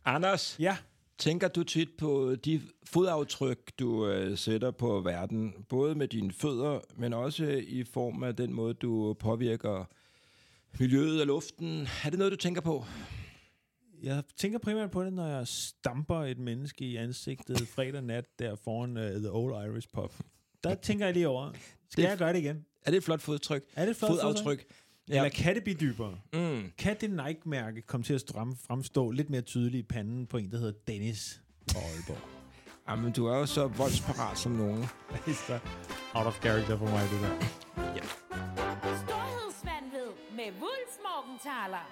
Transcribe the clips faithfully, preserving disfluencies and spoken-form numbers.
Anders, Ja. tænker du tit på de fodaftryk, du øh, sætter på verden, både med dine fødder, men også i form af den måde, du påvirker miljøet og luften? Er det noget, du tænker på? Jeg tænker primært på det, når jeg stamper et menneske i ansigtet fredag nat der foran uh, The Old Irish Pub. Der tænker jeg lige over. Skal Det- jeg gøre det igen? Er det et flot fodtryk? Er det et flot Fodaftryk? Ja. Eller kan det blive dybere? Mm. Kan det Nike-mærke komme til at stramme, fremstå lidt mere tydeligt i panden på en, der hedder Dennis fra Aalborg? Jamen, du er jo så voldsparat som nogen. Det er så out of character for mig, det der. Ja. Storhedsvanvid med Wulffmorgenthaler.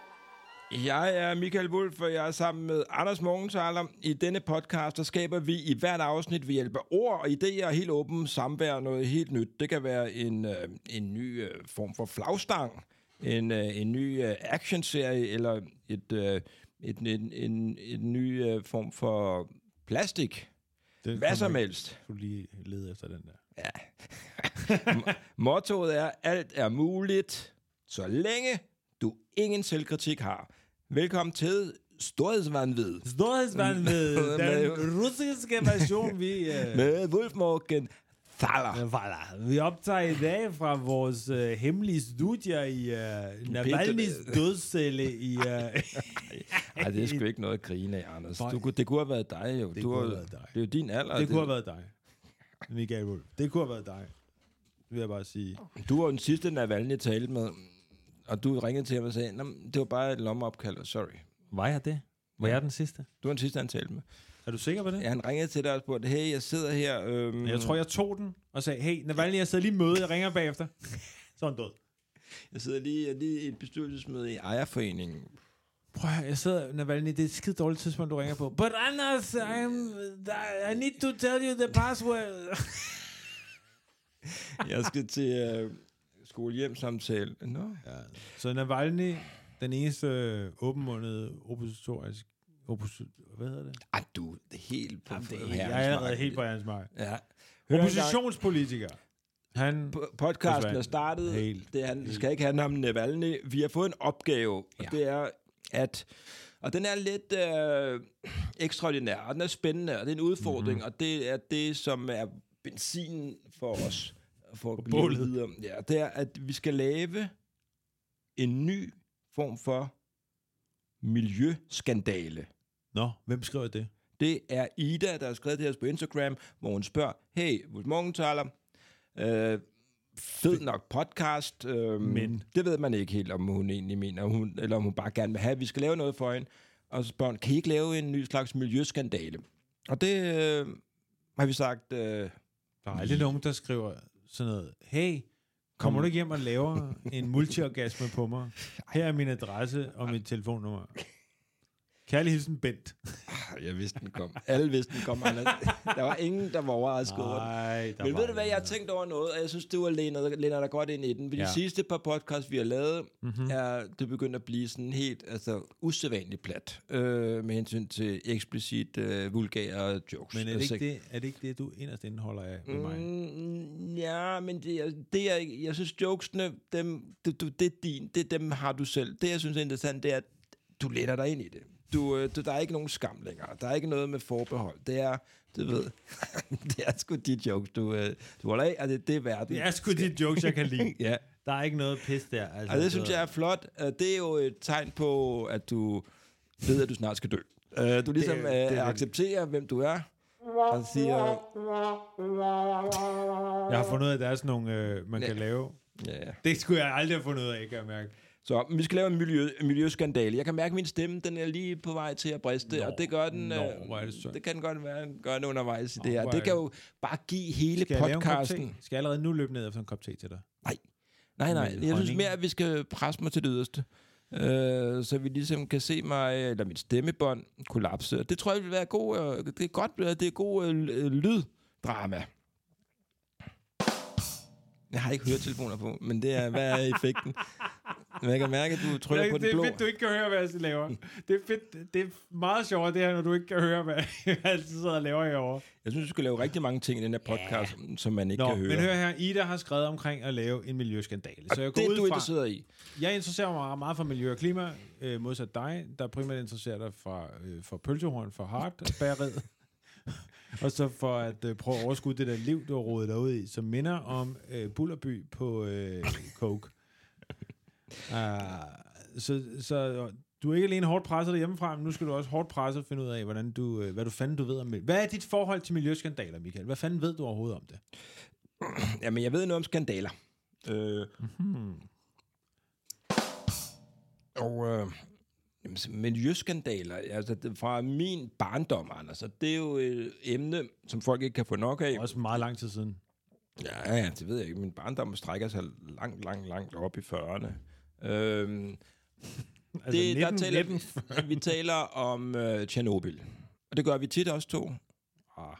Jeg er Michael Wulff, og jeg er sammen med Anders Morgenthaler. I denne podcast, der skaber vi i hvert afsnit ved hjælp af ord og idéer helt åben samvær noget helt nyt. Det kan være en, øh, en ny øh, form for flagstang, en, øh, en ny øh, actionserie, eller et, øh, et, en, en, en ny øh, form for plastik. Det Hvad som kommer helst. ikke- Du lige lede efter den der. Ja. M- Mottoet er, alt er muligt, så længe du ingen selvkritik har. Velkommen til Storhedsvanvid Storhedsvanvid, Med- den russiske version, vi... Uh, med Wulffmorgenthaler. Voilà. Vi optager i dag fra vores uh, hemmelige studier i uh, Navalny's dødscelle i... Uh, Ej, det er sgu ikke noget at grine af, Anders. Nej. Du, kunne- det kunne have været dig, jo. Det du kunne har- have været dig. Det er jo din alder. det kunne have været dig, Michael Wulff. Det kunne have været dig, vil jeg bare sige. Du var den sidste, Navalny talte med, og du ringede til ham og sagde, "Nå, men det var bare et lommeopkald, sorry." Var jeg det? Var jeg den sidste? Du var den sidste, han talte med. Er du sikker på det? Ja, han ringede til dig og spurgte, hey, jeg sidder her... Øhm, Jeg tror, jeg tog den og sagde, hey, Navalny, jeg sidder lige i møde, jeg ringer bagefter. Så er han død. jeg sidder lige, jeg er lige i et bestyrelsesmøde i ejerforeningen. Prøv at høre, jeg sidder, Navalny, det er et skide dårligt tidspunkt, du ringer på. But Anders, I'm, I need to tell you the password. Jeg skal til øh, skole-hjem-samtale. Nå. Ja. Så Navalny, den eneste øh, åbenmundede oppositorisk... Opposi- hvad hedder det? Ej, du, det er helt på Jamen, det er, herrens jeg er allerede mark. helt på hans mark. Ja. Hør engang, Oppositionspolitiker. Han... p- podcasten Forsvandt. er startet. Helt. Det, han, det skal ikke handle om Navalny. Vi har fået en opgave, og Ja. det er, at... Og den er lidt øh, ekstraordinær, og den er spændende, og det er en udfordring, mm-hmm. og det er det, som er benzinen for os. For at blive bålet. videre. Ja, det er, at vi skal lave en ny form for miljøskandale. Nå, hvem skriver det? Det er Ida, der har skrevet det her på Instagram, hvor hun spørger, hey, Wulffmorgenthaler, øh, fed nok podcast, øh, Men. det ved man ikke helt, om hun egentlig mener, hun, eller om hun bare gerne vil have, at vi skal lave noget for hende. Og så spørger hun, kan I ikke lave en ny slags miljøskandale? Og det øh, har vi sagt, øh, Der er aldrig nogen, der skriver sådan noget. Hey, kommer du ikke hjem og laver en multiorgasme på mig? Her er min adresse og mit telefonnummer. Kærlig hilsen, Bent. jeg vidste, den kom. Alle vidste, den kom. Anders. Der var ingen, der var overrasket over den. Nej, der Men var ved du hvad, ikke jeg har noget. tænkt over noget, og jeg synes, du læner, læner dig godt ind i den. Ved Ja. de sidste par podcasts, vi har lavet, Mhm. mm-hmm. er det begyndt at blive sådan helt altså, usædvanligt plat, øh, med hensyn til eksplicit øh, vulgære jokes. Men er det, Altså, ikke det, er det ikke det, du inderst inde holder af med mig? Mm, ja, men det, er- det er, jeg synes, jokesene, dem, det, du, det er din, det, dem har du selv. Det, jeg synes er interessant, det er, at du læner dig ind i det. Du, øh, du, der er ikke nogen skam længere. Der er ikke noget med forbehold. Det er, du ved, det er sgu de jokes, du, øh, du holder af, og det, det er verden. Det er sgu de jokes, jeg kan lide. Ja, Der er ikke noget pis der. Altså, og det synes jeg er flot. Øh, Det er jo et tegn på, at du ved, at du snart skal dø. Øh, Du ligesom Det- det øh, er- accepterer, hvem du er, og siger, Jeg har fundet ud af, at der er sådan nogle, øh, man Ja. kan lave. ja, ja. Det skulle jeg aldrig have fundet ud af, kan jeg mærke. Så vi skal lave en miljø, en miljøskandale. Jeg kan mærke, at min stemme den er lige på vej til at briste, Nå, og det gør den. nå, øh, hvor er det synd. det kan godt være, gør det undervejs i det Nå, her. hvor Det er kan det- jo bare give hele Skal jeg lave en kop te? podcasten. Skal jeg allerede nu løbe ned efter en kop te til dig? Nej, nej, nej. Med Jeg synes honning? mere, at vi skal presse mig til det yderste. Øh, så vi ligesom kan se mig, eller mit stemmebånd kollapse. Det tror jeg vil være god, øh, det er godt, øh, det er god øh, lyddrama. Jeg har ikke høretelefoner på, men det er, hvad er effekten? Jeg kan mærke, at du trykker det, på den det blå. Det er fedt, du ikke kan høre, hvad jeg laver. Det er fedt. Det er meget sjovt, det her, når du ikke kan høre, hvad jeg altid sidder og laver herovre. Jeg synes, du skal lave rigtig mange ting i den her podcast, ja. som man ikke Nå, kan høre. men hør her, Ida har skrevet omkring at lave en miljøskandale. Og så jeg det går er du ud fra, interesseret i. Jeg interesserer mig meget for miljø og klima, øh, modsat dig, der primært interesserer dig for, øh, for pølsehorn, for hardbæreriet. Og så for at øh, prøve at overskue det der liv, du har rodet dig ud i, som minder om øh, Bullerby på øh, Coke. Uh, så, så du er ikke alene hårdt presset hjemmefra, men nu skal du også hårdt presset og finde ud af, hvordan du, øh, hvad du fanden du ved om miljø. Hvad er dit forhold til miljøskandaler, Michael? Hvad fanden ved du overhovedet om det? Jamen, jeg ved noget om skandaler. Øh, mm-hmm. Og... Øh, miljøskandaler, altså det, fra min barndom, Anders, så det er jo et emne, som folk ikke kan få nok af. Også meget lang tid siden. Ja, ja, det ved jeg ikke. Min barndom strækker sig langt, langt, langt op i fyrrerne. Øhm, altså det, nitten, der taler, nitten. Vi taler om øh, Tjernobyl. Og det gør vi tit også to. Ah,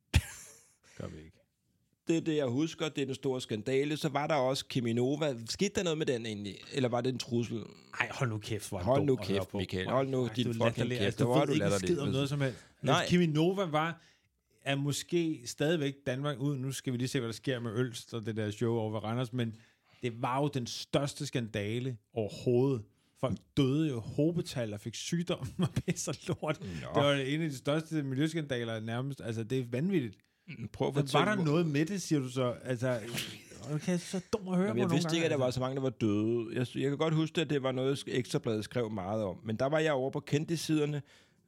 gør vi ikke. Det er det, jeg husker. Det er den store skandale. Så var der også Cheminova. Skete der noget med den egentlig? Eller var det en trussel? Ej, hold nu kæft, hvor Hold nu kæft, Michael. Hold nu din fucking kæft. Du ved du ikke skid om noget som helst. Nej. Cheminova var er måske stadigvæk Danmark ud. Nu skal vi lige se, hvad der sker med Ølst og det der show over ved Randers, men det var jo den største skandale overhovedet. Folk døde jo hobetal og fik sygdom og pisse og lort. Nå. Det var en af de største miljøskandaler nærmest. Altså, det er vanvittigt. Prøv at fortælle, var der hvor... noget med det, siger du så? Altså, okay, er så dum at høre. Jamen, jeg vidste ikke, at der var så mange, der var døde. Jeg, jeg kan godt huske, at det var noget, Ekstrabladet skrev meget om. Men der var jeg over på kendte-siderne.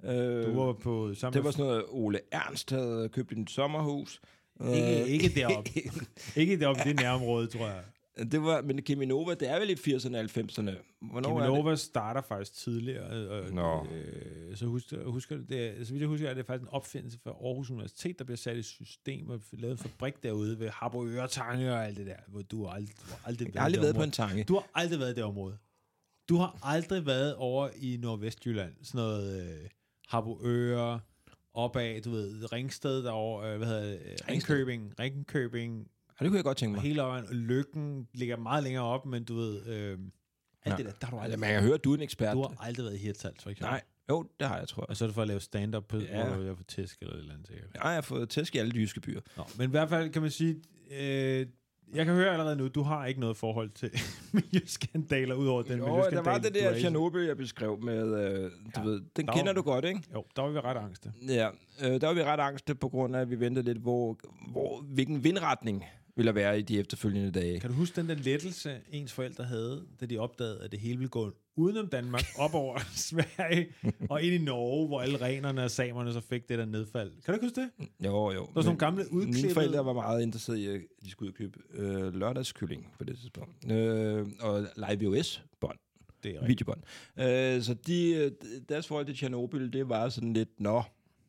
Du var på samme... Det var sådan noget, Ole Ernst havde købt et sommerhus. Ikke, ikke deroppe. Ikke deroppe i det nærområde, tror jeg. Det var, men Cheminova, det er vel i firserne og halvfemserne. Hvornår Cheminova starter faktisk tidligere. Og, Nå. Øh, så husker, husker det, så vidt jeg husker, er det faktisk en opfindelse for Aarhus Universitet, der bliver sat i system og lavet en fabrik derude ved Harboøre Tange og alt det der, hvor du har aldrig, du har aldrig jeg har aldrig været område. på en tange. Du har aldrig været i det område. Du har aldrig været over i Nordvestjylland. Sådan noget øh, Harboøre, opad, du ved, Ringsted derovre, øh, hvad hedder det, Ringkøbing, Ringkøbing. Ja, det kunne jeg godt tænke mig. Hele øjen, Lykken ligger meget længere op, men du ved, øh, alt ja. det der, der har du aldrig. Ja, man kan høre, at du er en ekspert. Du har aldrig været i Hirtshals, for eksempel. Nej, jo, det har jeg, tror jeg. Og så er det for at lave stand-up på, ja. hvor du har fået tæsk eller et eller andet sikkert. Ja, jeg har fået tæsk i alle de jyske byer. Nå, men i hvert fald kan man sige, øh, jeg kan høre allerede nu, du har ikke noget forhold til miljøskandaler, udover den jo, miljøskandale. der var det der Tjernobyl, jeg beskrev med, øh, du ja, ved, den der kender var, du godt, ikke? Jo, der var vi ret angste. Ja, øh, der var vi ret angste på grund af, at vi ventede lidt, hvor, hvor, hvilken vindretning ville der være i de efterfølgende dage. Kan du huske den der lettelse, ens forældre havde, da de opdagede, at det hele ville gå udenom Danmark, op over Sverige, og ind i Norge, hvor alle renerne og samerne så fik det der nedfald. Kan du huske det? Jo, jo. Der var sådan nogle gamle udklippede... Mine forældre var meget interesserede i, at de skulle ud og købe øh, lørdagskylling på det tidspunkt. Øh, og live V O S-bånd. Det er videobånd. Øh, så de, deres forhold til Tjernobyl, det var sådan lidt, nå,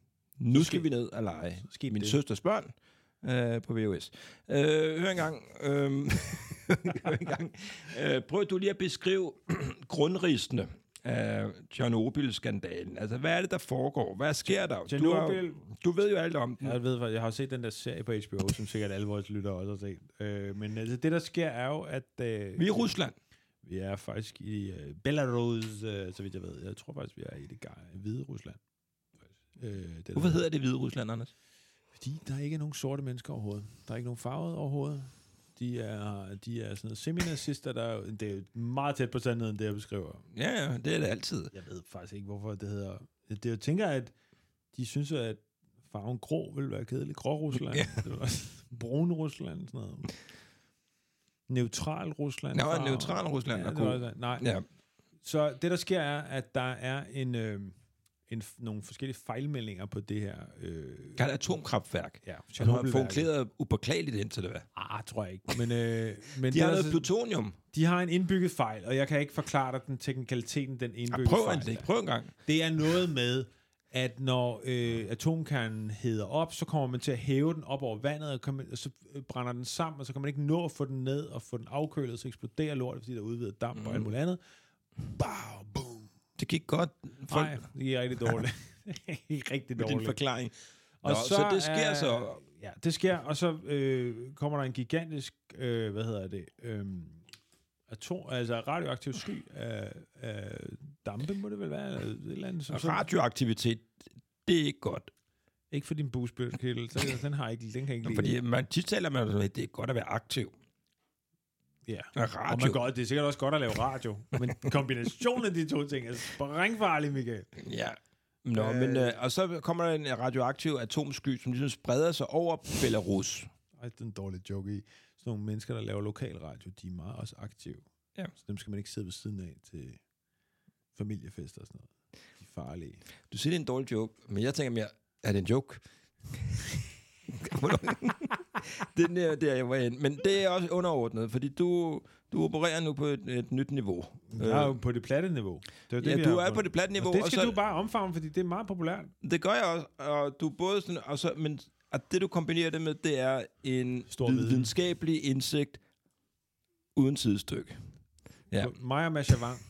nu skal vi ned og lege. Min det. søsters børn øh, på V O S. Øh, hør engang, øh, hør engang. Øh, prøv du lige at beskrive grundristene af Tjernobyl-skandalen. Altså, hvad er det, der foregår? Hvad sker der? Tjernobyl... Du, har, du ved jo alt om den. Jeg ved, jeg har set den der serie på H B O, som sikkert alle vores lyttere også har set. Øh, men altså, det, der sker, er jo, at... Øh, vi er i Rusland. Vi er faktisk i uh, Belarus, uh, så vidt jeg ved. Jeg tror faktisk, vi er i det hvide Rusland. Øh, det Hvorfor der, hedder det hvide Rusland, Anders? Fordi der ikke er nogen sorte mennesker overhovedet. Der er ikke nogen farvede overhovedet. De er, de er sådan noget semi-nazister, der det er jo meget tæt på sandheden, det jeg beskriver. Ja, ja, det er det altid. Jeg ved faktisk ikke, hvorfor det hedder... Det, jeg tænker, at de synes, at farven grå vil være kedelig. Grå Rusland. Ja. Brun Rusland, sådan noget. Neutral Rusland. Nå, farve. Neutral Rusland ja, er cool. Nej. Ja. Så det, der sker, er, at der er en... Øh, En, nogle forskellige fejlmeldinger på det her... Øh, kan det atomkraftværk? Ja. Og du har funkleret upåklageligt indtil det, hvad? Ah, tror jeg ikke. Men, øh, men de har noget plutonium. De har en indbygget fejl, og jeg kan ikke forklare dig den teknikaliteten, den indbyggede prøv fejl. En, prøv en gang. Det er noget med, at når øh, atomkernen hedder op, så kommer man til at hæve den op over vandet, og, kommer, og så brænder den sammen, og så kan man ikke nå at få den ned og få den afkølet, så eksploderer lortet, fordi der er udvidet damp mm. og alt muligt andet. Bow, boom. Det gik godt. Nej, det gik rigtig dårligt. Det gik rigtig dårligt. Din forklaring. Og Nå, så, så det sker er, så. ja, det sker, og så øh, kommer der en gigantisk, øh, hvad hedder det, øh, atom, altså radioaktiv sky af, af dampe, må det vel være, eller et eller andet. Som radioaktivitet, det er ikke godt. Ikke for din bugspytkirtel, så den har ikke, den kan ikke lide. Fordi man tit taler man, at det er godt at være aktiv. Ja, radio. og man godt, det er sikkert også godt at lave radio, men kombinationen af de to ting er sprængfarlig, Michael. Ja. Nå, øh, men, øh, og så kommer der en radioaktiv atomsky, som ligesom spreder sig over Belarus. Ej, det er en dårlig joke i. Sådan nogle mennesker, der laver lokalradio, de er meget også aktive. Ja. Så dem skal man ikke sidde ved siden af til familiefester og sådan noget. De er farlige. Du siger, det er en dårlig joke, men jeg tænker mere, er det en joke? Den er der, jeg var hen. Men det er også underordnet, fordi du, du opererer nu på et, et nyt niveau. Jeg er jo på det platte niveau. Det er det, ja, du er på det platte niveau. Og det skal og så, du bare omfavne, fordi det er meget populært. Det gør jeg også, og du er både sådan, og så, men og det du kombinerer det med, det er en Stor viden. videnskabelig indsigt uden sidestykke. Ja. Mig og Masha Wang,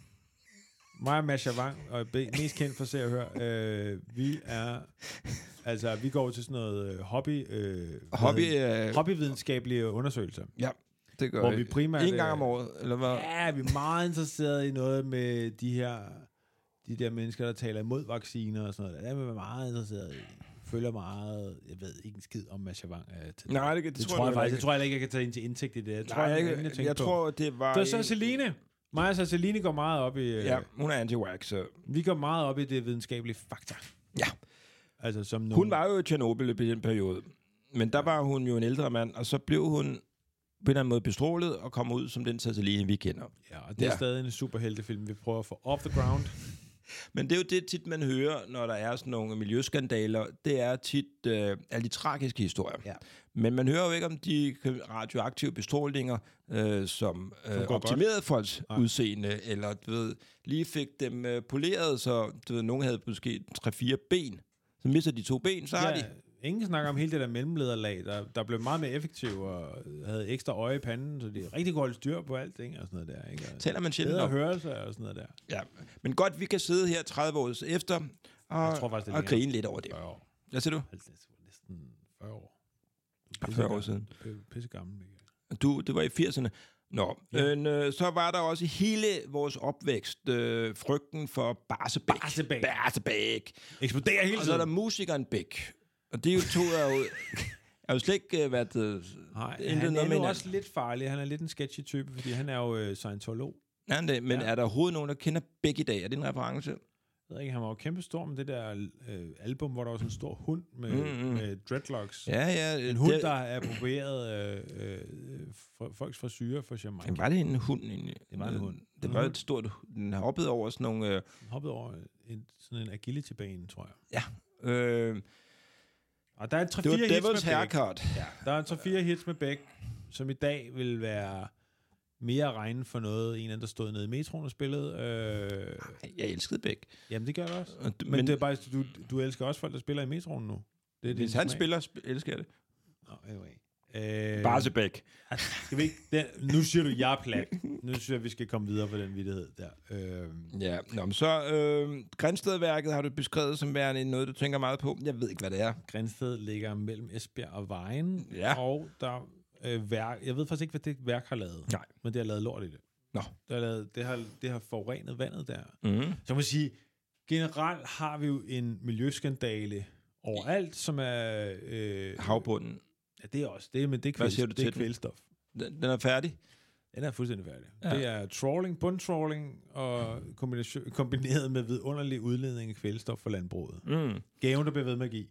mig og Masha Wang, og mest kendt for Se og Hør, øh, vi er, altså vi går til sådan noget øh, hobby, øh, Hobby, øh, hobbyvidenskabelige undersøgelser. Ja, det gør hvor vi. vi primært en gang om året, eller hvad? Ja, vi er meget interesserede i noget med de her, de der mennesker, der taler imod vacciner og sådan noget. Det er vi meget interesserede i. Følger meget, jeg ved ikke en skid om Masha Wang er til. Nej, det, det, det tror jeg, jeg faktisk. ikke. Jeg tror heller ikke, jeg kan tage ind til indsigt i det. Jeg tror, Nej, jeg, jeg, jeg, jeg, jeg tror, det var... Det var så Celine. Mig og så Celine går meget op i... Ja, hun er anti-wax, så... Vi går meget op i det videnskabelige fakta. Ja. Altså, som nogen... Hun var jo i Tjernobyl i den periode. Men der var hun jo en ældre mand, og så blev hun på en eller anden måde bestrålet og kom ud som den Celine, vi kender. Ja, og det er ja. stadig en superheltefilm, vi prøver at få off the ground. Men det er jo det tit, man hører, når der er sådan nogle miljøskandaler. Det er tit øh, alle de tragiske historier. Ja. Men man hører jo ikke om de radioaktive bestrålinger, øh, som øh, optimerede folks Nej. udseende, eller du ved, lige fik dem øh, poleret, så du ved, nogen havde måske tre-fire ben. Så mister de to ben, så ja. har de... Ingen snakker om hele det der mellemlederlag, der, der blev meget mere effektiv og havde ekstra øje i panden, så det rigtig godt holde styr på alting og sådan noget der. Ikke? Taler man sjældent om. Hørelse og sådan noget der. Ja, men godt, vi kan sidde her tredive år efter og, faktisk, og grine lidt over det. fyrre år. Hvad siger du? Altså, næsten fyrre år. fyrre år siden. Pisse gammel, Michael. Du, det var i firserne. Nå, ja. men, øh, så var der også i hele vores opvækst øh, frygten for Barsebæk. Barsebæk. Barsebæk. Eksploderer hele tiden. Og så er der musikeren Bæk. Og det er jo to er jo, er jo slet ikke uh, været... Uh, Nej, han er jo også lidt farlig. Han er lidt en sketchy type, fordi han er jo uh, scientolog. Ja, det, men ja. Er der overhovedet nogen, der kender Bæk i dag? Er det en reference? Jeg ved ikke, han var jo kæmpe stor med det der øh, album, hvor der var sådan en stor hund med, mm-hmm. med dreadlocks. Ja, ja. En hund, det, der er approprieret øh, øh, for, folks frisyrer for Jamaica. Jamen, var det en hund egentlig? Det var en hund. Det var et stort... Den hoppede over sådan nogle... Øh, hoppede over en, sådan en agility-bane, tror jeg. Ja. Øh, Og der er tre, det var fire hits Devil's med Haircut. Ja, der er tre fire hits med Beck, som i dag vil være mere regnet for noget. En anden, der stod nede i metroen og spillede. Øh, jeg elskede Beck. Jamen, det gør jeg også. Men, men det er bare, du, du elsker også folk, der spiller i metroen nu. Det er hvis han smag. spiller, sp- elsker jeg det. Nå, anyway. Øh, Barsebæk. Skal vi ikke... Den, nu siger du, jeg er plat. Nu synes jeg, vi skal komme videre på den vittighed der. Øh. Ja, nå, men så øh, Grindstedværket har du beskrevet som værende noget, du tænker meget på. Jeg ved ikke, hvad det er. Grindsted ligger mellem Esbjerg og Vejen. Ja. Og der øh, værk... Jeg ved faktisk ikke, hvad det værk har lavet. Nej. Men det har lavet lort i det. Nå. Det har, lavet, det har, det har forurenet vandet der. Mm. Så man sige, generelt har vi jo en miljøskandale overalt, som er... Øh, havbunden. Ja, det er også. Det er, men det er, kvæl, siger du det er til kvælstof. Den, den er færdig? Den er fuldstændig færdig. Ja. Det er trawling, bundtrawling og kombineret med vidunderlig udledning af kvælstof for landbruget. Mm. Gaven, der bliver ved med at give.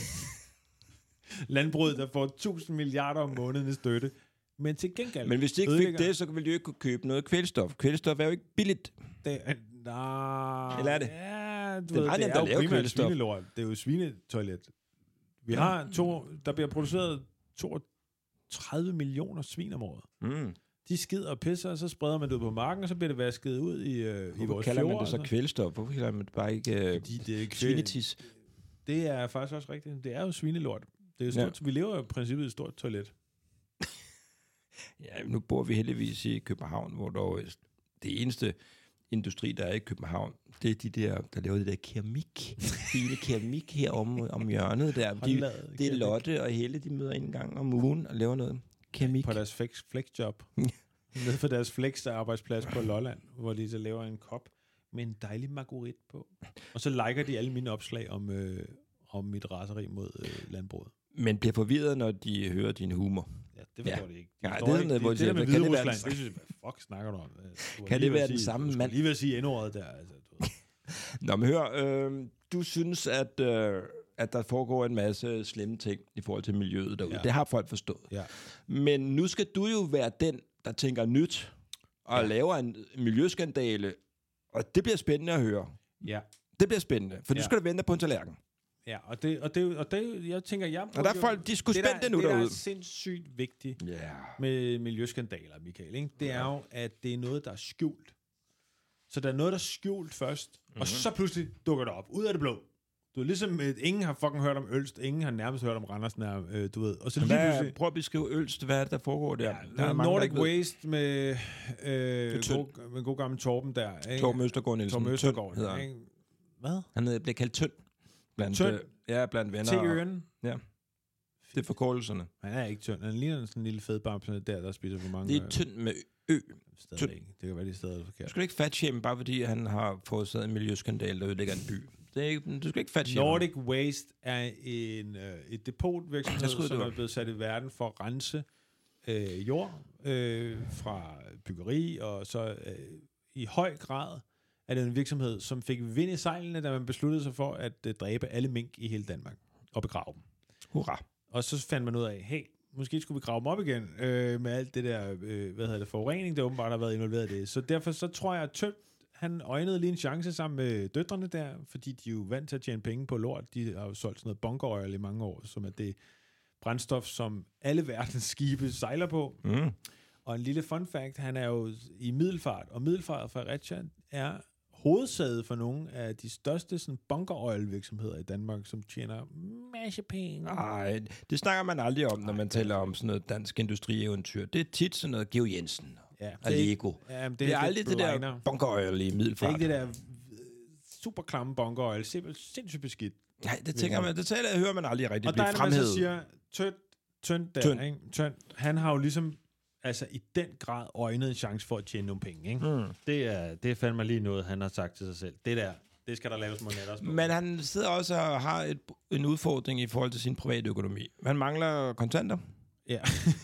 Landbruget, der får tusind milliarder om måneden i støtte, men til gengæld... Men hvis de ikke fik det, så ville de jo ikke kunne købe noget kvælstof. Kvælstof er jo ikke billigt. Det er... Nej... Eller er det? Ja, du det ved, er, det er jo primært kvælstof. svinelort. Det er jo svinetoilet. Vi har to... Der bliver produceret toogtredive millioner svin om året. Mm. De skider og pisser, og så spreder man det ud på marken, og så bliver det vasket ud i, øh, i vores kalder fjord, man det så kvælstof? Hvorfor kalder man det bare ikke øh, Fordi det er kvæl... svinetis? Det er faktisk også rigtigt. Det er jo svinelort. Det er jo stort, ja. Vi lever jo i princippet i et stort toilet. Ja, nu bor vi heldigvis i København, hvor der det eneste industri, der er i København, det er de der, der laver det der keramik. Fine keramik her om, om hjørnet der. De, det er Lotte og Helle, de møder en gang om ugen og laver noget keramik. På deres flex, flexjob. Nede for deres flex-arbejdsplads på Lolland, hvor de så laver en kop med en dejlig marguerit på. Og så liker de alle mine opslag om, øh, om mit raseri mod øh, landbruget. Men bliver forvirret, når de hører din humor. Ja, det forstår ja. de ikke. De ja, det er noget, hvor de det, siger, det, kan det det være det synes jeg, hvad fuck snakker du om? Du kan det være den sige, samme mand? Du lige ved at sige endordet der. Altså, du Nå, men hør, øh, du synes, at, øh, at der foregår en masse slemme ting i forhold til miljøet derude. Ja. Det har folk forstået. Ja. Men nu skal du jo være den, der tænker nyt og ja. laver en miljøskandale, og det bliver spændende at høre. Ja. Det bliver spændende, for ja. du skal da vente på en tallerken. Ja, og det, og det, og det jeg tænker, jeg... Og der er folk, de skulle spænde det nu det, derude. Det, der er sindssygt vigtigt yeah. med miljøskandaler, Michael, ikke? Det er jo, at det er noget, der er skjult. Så der er noget, der er skjult først, mm-hmm. og så pludselig dukker det op, ud af det blå. Du ved, ligesom, øh, ingen har fucking hørt om Ølst, ingen har nærmest hørt om Randersen, øh, du ved. Og så lige pludselig... Prøv at beskrive Ølst, hvad er det, der foregår der? Ja, der er mange, Nordic der Waste med, øh, god, med god gammel Torben der. Ikke? Torben Østergaard Nielsen. Torben Østergaard, hedder han. Ikke? Hvad? Han bliver kaldt Tynd. Blandt, Tynd? Øh, ja, blandt venner. T-øren? Ja. Det er forkortelserne. Han er ikke tynd. Han ligner sådan en lille fedbamse der, der spiser for mange... Det er tynd med ø. Stadig ikke. Det kan være, det er stadig forkert. Du skal ikke fatshame, bare fordi han har forårsaget en miljøskandal, der ødelægger en by. Det er ikke, du skal ikke fatshame. Nordic Waste er en, øh, et depotvirksomhed, troede, som er blevet sat i verden for at rense øh, jord øh, fra byggeri, og så øh, i høj grad er det en virksomhed, som fik vind i sejlene, da man besluttede sig for at øh, dræbe alle mink i hele Danmark og begrave dem. Hurra. Og så fandt man ud af, hey, måske skulle vi grave dem op igen øh, med alt det der, øh, hvad hedder det, forurening, der åbenbart har været involveret i det. Så derfor så tror jeg, at Tømt, han øjnede lige en chance sammen med døtrene der, fordi de er jo vant til at tjene penge på lort. De har jo solgt sådan noget bunker oil i mange år, som er det brændstof, som alle verdens skibe sejler på. Mm. Og en lille fun fact, han er jo i Middelfart, og Middelfart fra Fredericia er hovedsæde for nogle af de største sådan, bunker oil virksomheder i Danmark, som tjener masse penge. Nej, det snakker man aldrig om, når man taler om sådan noget dansk industrieventyr. Det er tit sådan noget Georg Jensen ja, og Lego. Ja, det, det, det er aldrig det der bunker oil i Middelfart. Det er ikke det der super klamme bunker oil. Simpelthen sindssygt beskidt. Nej, det tænker man, det taler, jeg hører man aldrig rigtig og blive fremhævet. Og der er man så siger, Tønt der, Tynd. ikke? Tynd, han har jo ligesom altså i den grad øjnet en chance for at tjene nogle penge, ikke? Mm. Det er, det er fandme lige noget, han har sagt til sig selv. Det der, det skal der laves monetter på. Men han sidder også og har et, en udfordring i forhold til sin private økonomi. Han mangler kontanter. Ja.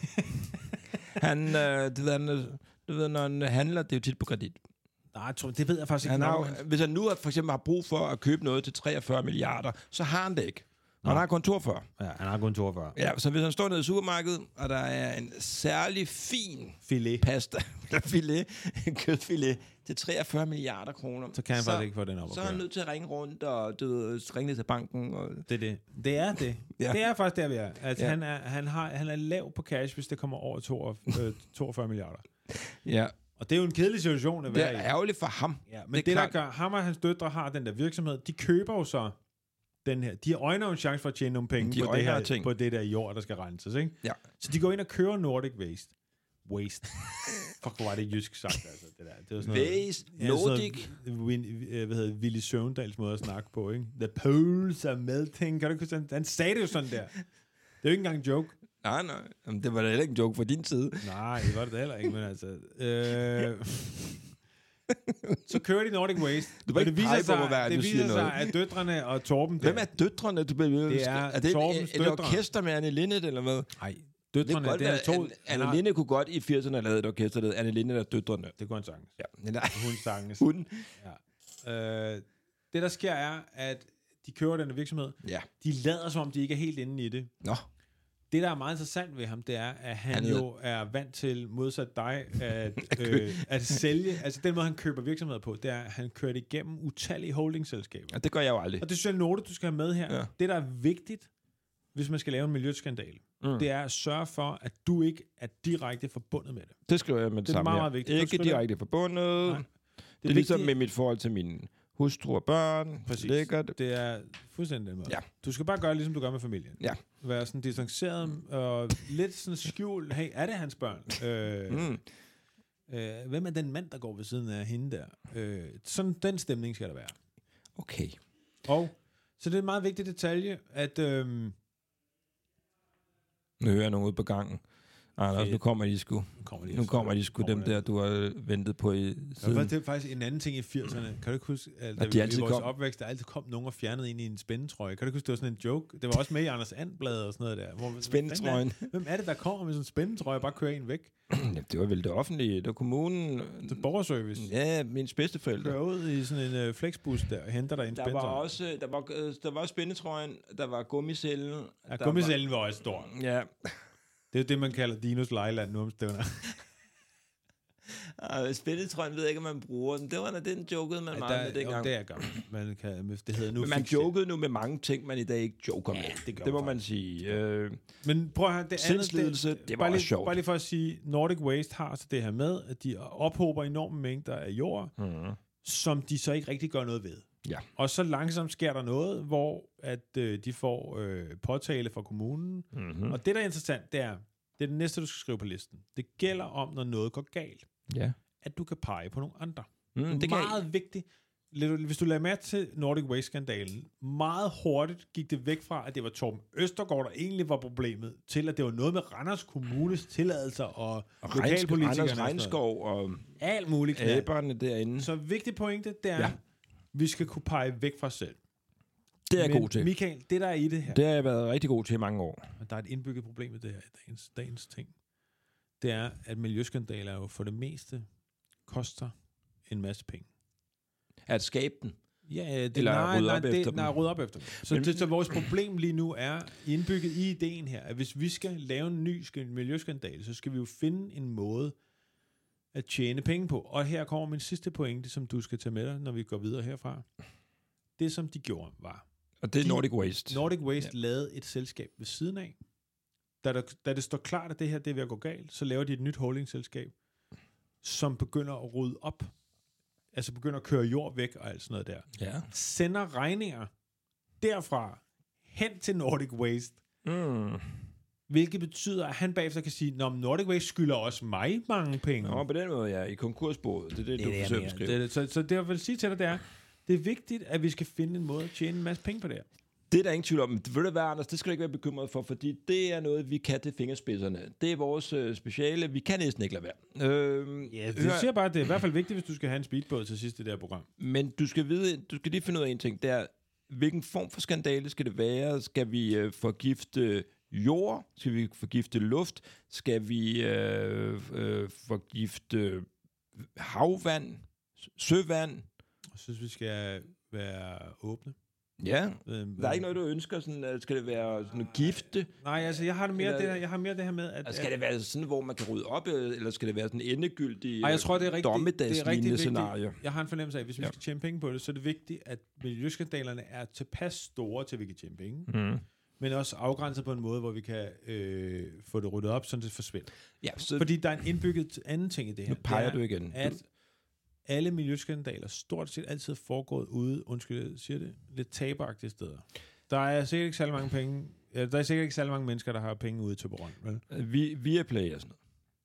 han, øh, det ved, han, du ved, når han handler, det er jo tit på kredit. Nej, jeg tror, det ved jeg faktisk han ikke. Har, jo, hvis han nu for eksempel har brug for at købe noget til treogfyrre milliarder, så har han det ikke. Nå. Han har kun toogfyrre. Ja, han har kun toogfyrre. Ja, så hvis han står nede i supermarkedet, og der er en særlig fin filet. pasta, filet, kødfilet til treogfyrre milliarder kroner, så kan han så, faktisk ikke få den op. Så er han nødt til at ringe rundt og du ved, ringe til banken. Og det er det. Det er det. Ja. Det er faktisk der, vi er. At ja. han, er han, har, han er lav på cash, hvis det kommer over toogfyrre milliarder. Ja. Og det er jo en kedelig situation at være i. Det er ærgerligt for ham. Ja, men det, det der gør, ham og hans døtre har den der virksomhed, de køber jo så den her. De øjner en chance for at tjene nogle penge de på det, her, ting. på det der jord, der skal renses, ikke? Ja. Så de går ind og kører Nordic Waste. Waste. Fuck, hvor var det jysk sagt, altså, det der. Det var sådan noget, Waste, ja, Nordic. Win, hvad hedder Willy Søvndals måde at snakke på, ikke? The poles are melting. Kan du ikke sådan? Han sagde det jo sådan der. Det er jo ikke engang en joke. Nej, nej. Jamen, det var da heller ikke en joke fra din side. Nej, det var det da heller ikke, men altså... Øh, så kører de Nordic Waste. Du og det viser sig, på, hvad det viser sig at døtrene og Torben... Hvem er døtrene? Du det er, er det Torbens et, et orkester med Anne Linnet, eller hvad? Nej, døtrene, det, det er to... Anne Linnet kunne godt i firserne have lavet et orkester, der Anne Linnet er døtrene. Det kunne han sagtens. Ja. Nej. Hun sanges. Hun. Ja. Øh, det, der sker, er, at de kører den virksomhed. Ja. De lader, som om de ikke er helt inde i det. Nå. Det, der er meget interessant ved ham, det er, at han, han jo er vant til, modsat dig, at, øh, at sælge. Altså den måde, han køber virksomheder på, det er, at han kører det igennem utallige holdingselskaber. Ja, det gør jeg jo aldrig. Og det synes jeg er en note, du skal have med her. Ja. Det, der er vigtigt, hvis man skal lave en miljøskandal, mm. det er at sørge for, at du ikke er direkte forbundet med det. Det skriver jeg med det, det samme meget, meget vigtigt. Ikke direkte forbundet. Nej. Det er, det er ligesom med mit forhold til mine hustru og børn. Præcis. Lækkert. Det er fuldstændig den måde. Ja. Du skal bare gøre, ligesom du gør med familien. Ja. Være sådan distanceret og lidt sådan skjult. Hey, er det hans børn? Øh, mm. Øh, hvem er den mand, der går ved siden af hende der? Øh, sådan den stemning skal der være. Okay. Og så det er en meget vigtig detalje, at... Øh, Nu hører jeg nogen ude på gangen. Anders, nu kommer de sgu. Nu kommer de, nu kommer de sgu, dem der, du har ventet på i siden. Ja, det er faktisk en anden ting i firserne. Kan du ikke huske, at da de vi, altid i vores kom. opvækst, der altid kom nogen og fjernede ind i en spændetrøje? Kan du ikke huske, det var sådan en joke? Det var også med i Anders And-bladet og sådan noget der. Hvor, Spændetrøjen. Hvem er, hvem er det, der kommer med sådan en spændetrøje og bare kører en væk? Ja, det var vel det offentlige. Det var kommunen. Det er borgerservice. Ja, min bedsteforældre. Kører ud i sådan en uh, flexbus der og henter dig en Der var spændetrøje. også, der var, der var spændetrøjen, der var gummicellen. Ja, gummicellen var også stor. Ja. Det er det, man kalder Dinos lejeland nu om stævner. Spændetrøjen ved jeg ikke, om man bruger den. Det var den jokede man ja, meget der, med dengang. Det er gammelt. Man kan, det hedder nu Men man jokede nu med mange ting, man i dag ikke joker ja, med. Det, det må man sige. Øh, Men prøv at høre, det andet... Det, det var bare også lige, sjovt. Bare lige for at sige, Nordic Waste har så det her med, at de ophober enorme mængder af jord, mm. som de så ikke rigtig gør noget ved. Ja. Og så langsomt sker der noget, hvor at øh, de får øh, påtale fra kommunen. Mm-hmm. Og det, der er interessant, det er, det er det næste, du skal skrive på listen. Det gælder om, når noget går galt. Ja. At du kan pege på nogle andre. Mm, det er meget kan... vigtigt. Hvis du lader mærke til Nordic Waste-skandalen, meget hurtigt gik det væk fra, at det var Torben Østergaard, der egentlig var problemet, til at det var noget med Randers Kommunes tilladelser og, og lokalpolitikerne. Randers Regnskov og alt muligt. Æberne derinde. Så vigtig pointe, det er, ja. vi skal kunne pege væk fra os selv. Det er jeg Men god til. Michael, det der er i det her... Det har jeg været rigtig god til i mange år. Og der er et indbygget problem i det her, dagens, dagens ting. Det er, at miljøskandaler jo for det meste koster en masse penge. At skabe den? Ja, det, Eller nej, rydde nej, op det, efter nej, dem? rydde op efter dem. Så, det, så vores problem lige nu er indbygget i ideen her, at hvis vi skal lave en ny miljøskandale, så skal vi jo finde en måde at tjene penge på. Og her kommer min sidste pointe, som du skal tage med dig, når vi går videre herfra. Det, som de gjorde, var... Og det er de, Nordic Waste. Nordic Waste ja. lavede et selskab ved siden af. Da, der, da det står klart, at det her det er ved at gå galt, så laver de et nyt holdingselskab, som begynder at rydde op. Altså begynder at køre jord væk og alt sådan noget der. Ja. Sender regninger derfra hen til Nordic Waste. Mm. Hvilket betyder, at han bagefter kan sige, Nå, Nordic Waste skylder også mig mange penge. Nå, på den måde, ja. I konkursbordet. Det er det, det du forsøger at beskrive. Det, så, så det, jeg vil sige til dig, det er, det er vigtigt, at vi skal finde en måde at tjene en masse penge på det her. Det er der ingen tvivl om. Det vil det være, Anders, det skal du ikke være bekymret for, fordi det er noget, vi kan til fingerspidserne. Det er vores øh, speciale. Vi kan næsten ikke lade være. Øh, ja, det hør, siger bare, at det er i hvert fald vigtigt, hvis du skal have en speedbåd til sidst i det her program. Men du skal vide, du skal lige finde ud af en ting. Det er, hvilken form for skandale skal det være? Skal vi øh, forgifte jord? Skal vi forgifte luft? Skal vi øh, øh, forgifte havvand? Søvand? Jeg synes, vi skal være åbne. Ja, øhm, der er ikke noget, du ønsker, sådan, skal det være sådan gifte? Nej, altså jeg har det mere, eller, det, her, jeg har mere det her med, at... Altså, skal det være sådan, hvor man kan rydde op, eller skal det være sådan en endegyldig jeg tror, det er rigtig, dommedagslignende scenarie? Jeg har en fornemmelse af, hvis vi ja. skal tjene penge på det, så er det vigtigt, at miljøskandalerne er tilpas store, til vi kan tjene penge. Mm. Men også afgrænset på en måde, hvor vi kan øh, få det ryddet op, så det forsvinder. Ja, så fordi der er en indbygget anden ting i det her. Nu peger er, du igen. At alle miljøskandaler stort set altid foregået ude, undskyld, jeg siger det, lidt taberagtige steder. Der er sikkert ikke særlig mange penge, ja, der er sikkert ikke særlig mange mennesker, der har penge ude til Bornholm, vel? Vi, Viaplay og sådan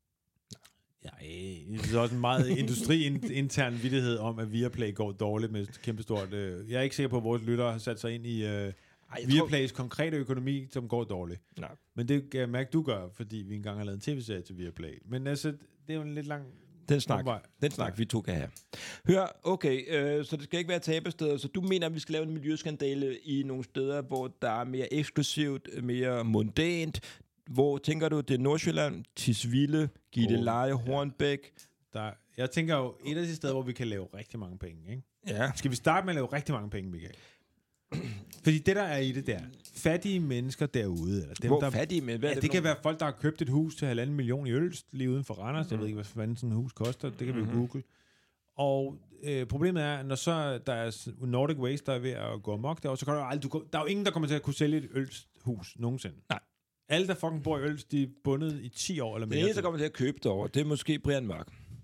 noget. Ja, det er også en meget industri-intern vittighed om, at Viaplay går dårligt med et kæmpestort... Øh, jeg er ikke sikker på, at vores lyttere har sat sig ind i øh, Viaplays tror... konkrete økonomi, som går dårligt. Nej. Men det kan jeg mærke, du gør, fordi vi engang har lavet en tv-serie til Viaplay. Men altså, det er jo en lidt lang... Den snak, den snak vi to kan have. Hør, okay, øh, så det skal ikke være tabesteder, så du mener, at vi skal lave en miljøskandale i nogle steder, hvor der er mere eksklusivt, mere mundant. Hvor tænker du, det er Nordsjælland, Tisvilde, Gilleleje, oh, Hornbæk? Ja. Der, jeg tænker jo, et af de steder, hvor vi kan lave rigtig mange penge, ikke? Ja. Skal vi starte med at lave rigtig mange penge, Michael? Fordi det, der er i det der, fattige mennesker derude, eller dem, hvor der, fattige mennesker? Ja, det, det kan være folk, der har købt et hus til halvanden million i Ølst, lige uden for Randers. Mm. Jeg ved ikke, hvad fanden sådan et hus koster. Det kan vi mm-hmm. google. Og øh, problemet er, når så der er Nordic Waste, der er ved at gå amok derovre, så kan der, aldrig, du, der er jo ingen, der kommer til at kunne sælge et Ølst-hus nogensinde. Nej. Alle, der fucking bor i Ølst, de er bundet i ti år eller mere. Det eneste, der kommer til at købe derovre, det er måske Brian Mørk.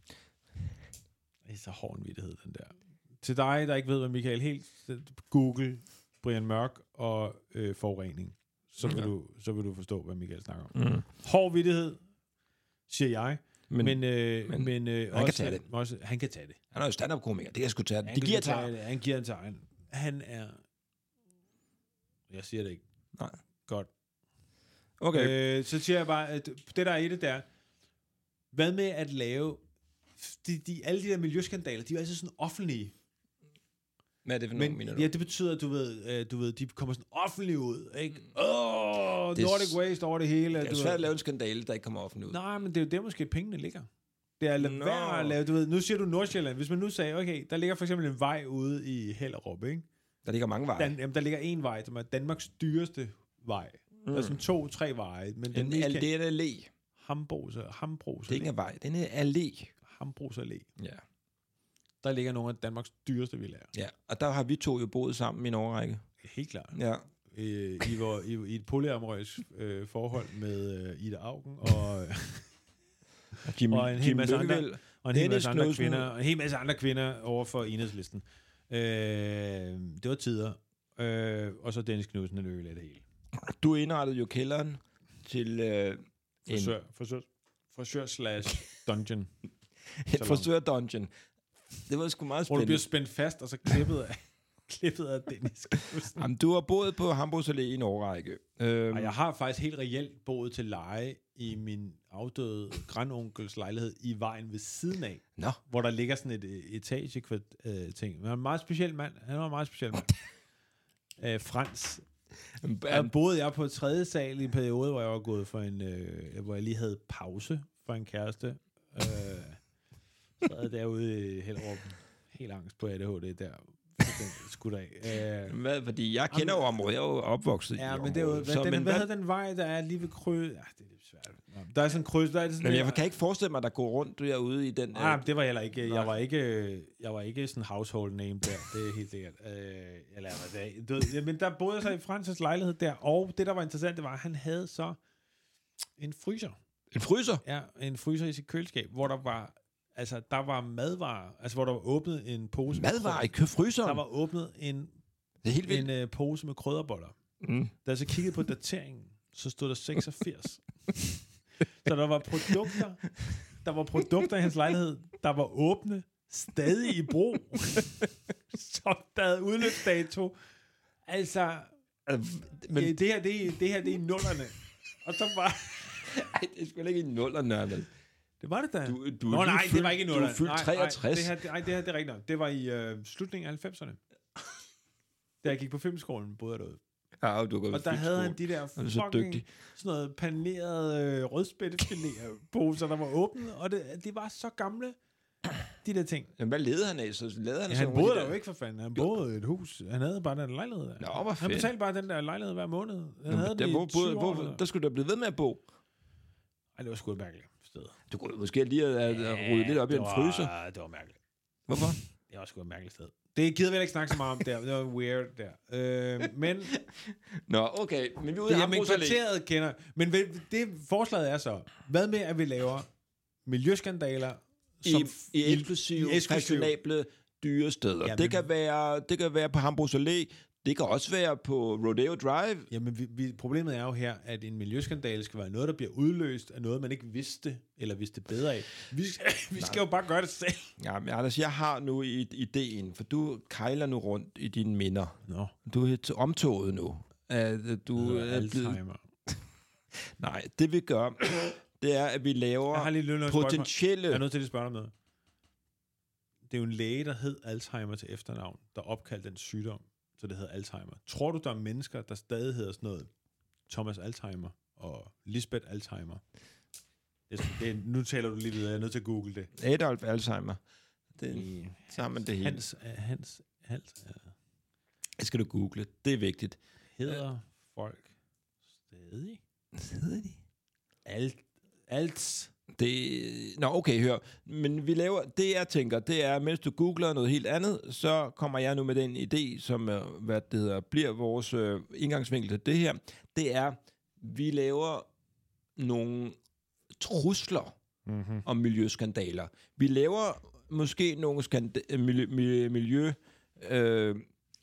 Det er så hård en vittighed, den der. Til dig, der ikke ved, hvad Michael helt... Google Brian Mørk og øh, forurening. Så vil, mm. du, så vil du forstå, hvad Michael snakker om. Mm. Hård vittighed, siger jeg. Men, men, øh, men, men øh, han også, kan tage det. Også, han kan tage det. Han er jo stand-up-komiker. Det kan jeg sgu tage. Han Det giver tage til det. Han giver til egen. Han er... Jeg siger det ikke. Nej. Godt. Okay. Øh, så siger jeg bare, at det der er i det der, hvad med at lave, de, de, alle de der miljøskandaler, de er jo altid sådan offentlige. Hvad er det for Men, nogle, mener du? ja, det betyder, at du ved, øh, du ved, de kommer sådan offentligt ud, ikke? Åh, oh, Det er Nordic s- Waste over det hele. Det er du svært ved. at lave en skandale, der ikke kommer offentligt ud. Nej, men det er jo der måske pengene ligger. Det er at lade Nå. være at lave, du ved, nu siger du Nordsjælland. Hvis man nu sagde, okay, der ligger for eksempel en vej ude i Hellerup, ikke? Der ligger mange veje. Dan, jamen, der ligger en vej, som er Danmarks dyreste vej. Mm. Der er sådan to, tre veje. Men den En, mest al- kendte- det er en allé. Hambros, Hambros Det er ikke en vej. Det er en allé. Hambros Allé. Ja. Der ligger nogle af Danmarks dyreste villager. Ja, og der har vi to jo boet sammen i en årrække. Helt klart. Ja. Øh, I, hvor, i, I et polyamorøst øh, forhold med øh, Ida Augen og, Og Jim, Og en hel Jim masse andre- Lykkeveld. og en hel Dennis masse andre Knudsen. kvinder, og en hel masse andre kvinder over for Enhedslisten. Øh, det var tider. Øh, og så Dennis Knudsen, den øgelige af det hele. Du indrettede jo kælderen til øh, en, Frisør, frisør, frisør slash dungeon. en frisør-dungeon. Det var sgu meget Hvor du bliver spændende. spændt fast, og så klippet af, klippet af Dennis Knudsen. Jamen, du har boet på Hambros Allé i en årrække. Øhm, Og jeg har faktisk helt reelt boet til leje i min afdøde grandonkels lejlighed i vejen ved siden af, Nå, hvor der ligger sådan et øh, etage øh, ting. Men han er en meget speciel mand. Han var en meget speciel mand. øh, Frans. Der boede jeg på tredje sal i en periode, hvor jeg var gået for en, øh, hvor jeg lige havde pause for en kæreste. Øh, så havde derude i Hellerup. Helt angst på A D H D der. Skudt af. Øh, hvad, fordi jeg kender jo området. Jeg er jo opvokset Ja, i men det er jo, området. hvad, Så, den, men hvad hvad, hedder den vej, der er lige ved kryds? Ja, det er lidt svært. Nå, der er sådan en kryds, der er det sådan men der- jeg kan ikke forestille mig, at der går rundt derude i den... Nej, øh, det var jeg heller ikke. Nej. Jeg var ikke, jeg var ikke sådan household name der. Det er helt sikkert. Øh, jeg lader mig det. Du ved, ja, men der boede jeg så i Francis lejlighed der, og det, der var interessant, det var, at han havde så en fryser. En fryser? Ja, en fryser i sit køleskab, hvor der var, altså, der var madvarer, altså, hvor der var åbnet en pose... med Madvarer i krydder- kø- fryseren? Der var åbnet en, Det er helt vildt. en øh, pose med krydderboller. Mm. Da jeg så kiggede på dateringen, så stod der seksogfirs. Så der var produkter, der var produkter i hans lejlighed, der var åbne, stadig i brug, som der havde udløbsdato. Altså, Altså, men, men det, her, det, er- det her, det er i nullerne. Og så var... ej, det er sgu da ikke i nullerne, vel? Det var det da. Du, du er Nå lige nej, fyldt, det var ikke i Du nullerne. er fyldt Nej, treogtres. Nej, det her, nej, det her det er rigtigt nok. Det var i øh, slutningen af halvfemserne. Da jeg gik på filmskolen, boede jeg derude. Ja, du er gået Og der fyldt havde skole. han de der er så fucking, dygtig. sådan noget paneret øh, rødspættefilet-poser, der var åbne, og det, de var så gamle, de der ting. Jamen, hvad leder han af? Så leder han Ja, af han sådan nogle boede af de der jo ikke for fanden. Han boede i et hus. Han havde bare den lejlighed der. Nå, hvor Han fedt. betalte bare den der lejlighed hver måned. Han Jamen, havde der, den i hvor, tyve hvor, år. hvor, eller- der skulle du blive ved med at bo. Ej, det var sgu et mærkeligt sted. Du kunne måske lige have ja, ryddet lidt op i det en var- fryser. Det var mærkeligt. Hvorfor? Det var sgu et mærkeligt sted. Det gider vi heller ikke snakke så meget om der. Det var weird der. Øh, men Nå, okay. Men vi er ude det i er men Hambros Allé. kvarteret kender. Men vel, det forslaget er så, hvad med at vi laver miljøskandaler som I, i eksklusive, i eksklusive- fashionable dyre steder. Jamen- det, kan være, det kan være på Hambros Allé. Det kan også være på Rodeo Drive. Jamen, vi, vi, problemet er jo her, at en miljøskandale skal være noget, der bliver udløst af noget, man ikke vidste, eller vidste bedre af. Vi skal, vi skal jo bare gøre det selv. Ja, men Anders, jeg har nu i, ideen, for du kejler nu rundt i dine minder. Nå, Du er til omtoget nu. At du er blevet... Alzheimer. Nej, det vi gør, det er, at vi Jeg laver har lige lyst til at spørge mig. potentielle... Jeg er nødt til at spørge dig om noget. Det er jo en læge, der hed Alzheimer til efternavn, der opkaldte den sygdom, så det hedder Alzheimer. Tror du, der er mennesker, der stadig hedder sådan noget Thomas Alzheimer og Lisbeth Alzheimer? Det, er- det, er- nu taler du lige videre, jeg er nødt til at google det. Adolf Alzheimer. Det, I- så har man det hele. Hans, øh, Hans, Hans øh, Det skal du google. Det er vigtigt. hedder folk stadig Hedder de? alt, alt. Det, nå, okay, hør. Men vi laver, det jeg tænker, det er, mens du googler noget helt andet, så kommer jeg nu med den idé, som øh, hvad det hedder, bliver vores øh, indgangsvinkel til det her. Det er, vi laver nogle trusler Mm-hmm. om miljøskandaler. Vi laver måske nogle skanda- miljø, miljø, miljø øh,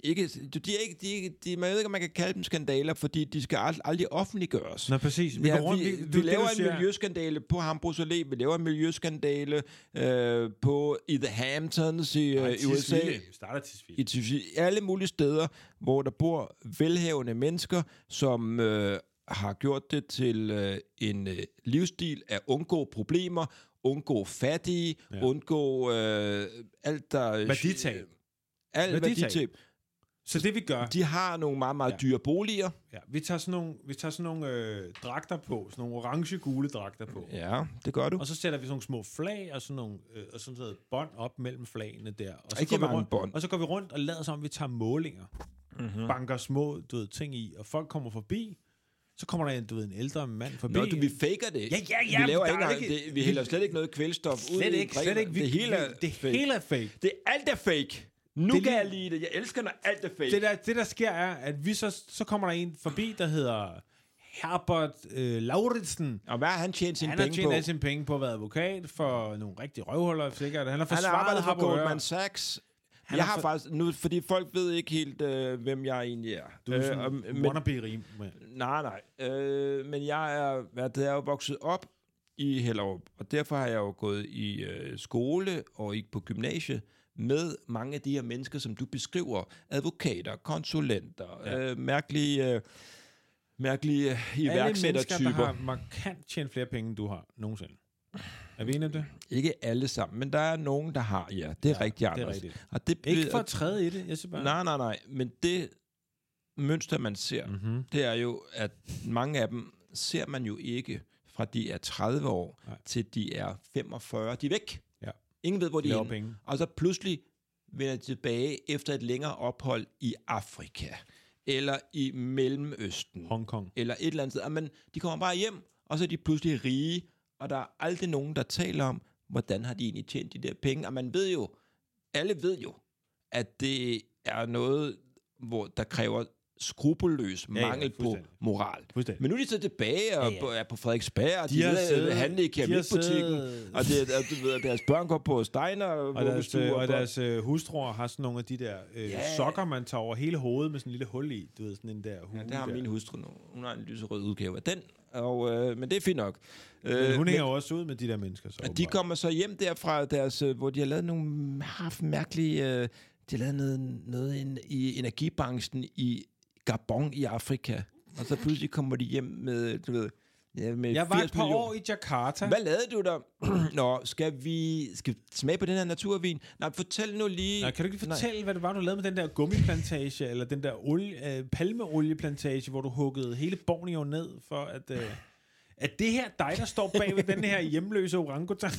ikke, de er ikke, de, er ikke, de, man ved ikke, om man kan kalde dem skandaler, fordi de skal ald- aldrig offentliggøres. Nå, præcis. Vi, Ja, går rundt, vi, vi, vi, du, vi laver det, en miljøskandale på Hambros Allé, vi laver en miljøskandale øh, på i The Hamptons i, øh, i U S A. Vi starter Tisvilde. I Tisvilde. Alle mulige steder, hvor der bor velhavende mennesker, som øh, har gjort det til øh, en øh, livsstil at undgå problemer, undgå fattige, Ja. undgå øh, alt der... Værditab. Alt Værditab. værditab. Så det vi gør, De har nogle meget, meget Ja. dyre boliger. ja, vi tager sådan nogle, vi tager sådan nogle øh, dragter på, sådan nogle orange-gule dragter på. Ja, det gør du. Og så sætter vi sådan nogle små flag og sådan nogle øh, og sådan noget bånd op mellem flagene der. Og så, Rigtig går vi mange rundt, bånd. og så går vi rundt og lader som om vi tager målinger. Mm-hmm. Banker små, du ved, ting i, og folk kommer forbi. Så kommer der en, du ved, en ældre mand forbi. Nå, du, vi faker det. Ja, ja, ja, Vi laver der ikke, er engang- ikke- det, vi hælder slet ikke noget kvælstof ud Slet i ikke, drikken. slet ikke. Vi, Det hele er vi, det fake. hele er fake. Det alt er fake. Nu Det er kan jeg lige- lide det. Jeg elsker, når alt er fake. Det der, det der sker er, at vi så, så kommer der en forbi, der hedder Herbert øh, Lauritsen. Og hvad har han tjent sine Han har penge tjent på? alle sine penge på at være advokat for nogle rigtige røvhuller, sikkert. Han har Han har forsvaret arbejdet for Harbour. Goldman Sachs. Han Jeg har har for- faktisk... Nu, fordi folk ved ikke helt, øh, hvem jeg egentlig er. Du er Øh, sådan og- en men, wannabe-rim. nej, nej. Øh, men jeg er, hvad det er, jeg er jo vokset op i Hellerup, og derfor har jeg jo gået i øh, skole og ikke på gymnasiet med mange af de her mennesker, som du beskriver. Advokater, konsulenter, Ja. øh, mærkelige, øh, mærkelige øh, Alle mennesker, der iværksættertyper. har markant tjent flere penge, end du har nogensinde. Er vi enige om det? Ikke alle sammen, men der er nogen, der har, ja. Det er Ja, rigtigt, det er Anders. rigtigt. Og det Ikke bliver- for at træde i det, jeg siger bare. Nej, nej, nej. Men det mønster, man ser, Mm-hmm. det er jo, at mange af dem ser man jo ikke fra de er tredive år Nej. til de er femogfyrre. De er væk. Ja. Ingen ved, hvor de er Laver henne. penge. Og så pludselig vender de tilbage efter et længere ophold i Afrika, eller i Mellemøsten, Hongkong. eller et eller andet sted. Men de kommer bare hjem, og så er de pludselig rige, og der er aldrig nogen, der taler om, hvordan har de egentlig tjent de der penge. Og man ved jo, alle ved jo, at det er noget, hvor der kræver skrupelløs Ja, ja, mangel på fuldstændig. moral. Fuldstændig. Men nu er de så tilbage og Ja, ja. er på Frederiksberg, og de, De de har er siddet- ved at handle i de har keramikbutikken, siddet- og det, er- du ved, at deres børn går på Steiner Og deres, øh, og deres øh, hustruer har sådan nogle af de der øh, Ja. sokker, man tager over hele hovedet med sådan en lille hul i. Du ved, sådan en der hue. Ja, det har der. min hustru nu. Hun har en lyserød udgave af den, og, øh, men det er fint nok. Men Øh, hun hænger jo også ud med de der mennesker. Så Og de åbenbart. kommer så hjem derfra, deres, øh, hvor de har lavet nogle haft mærkelige... Øh, de har lavet noget, noget in, i energibranchen i Gabon i Afrika. Og så pludselig kommer de hjem med, du ved, ja, med Jeg var firs et par millioner. år i Jakarta. Hvad lavede du der? Nå, skal vi skal vi smage på den her naturvin? Nej, fortæl nu lige... Nej, kan du ikke lige fortælle, Nej. hvad det var, du lavede med den der gummiplantage, eller den der olie, øh, palmeolieplantage, hvor du huggede hele Borneo ned for at... Øh, at det her dig, der står bag ved den her hjemløse orangutang?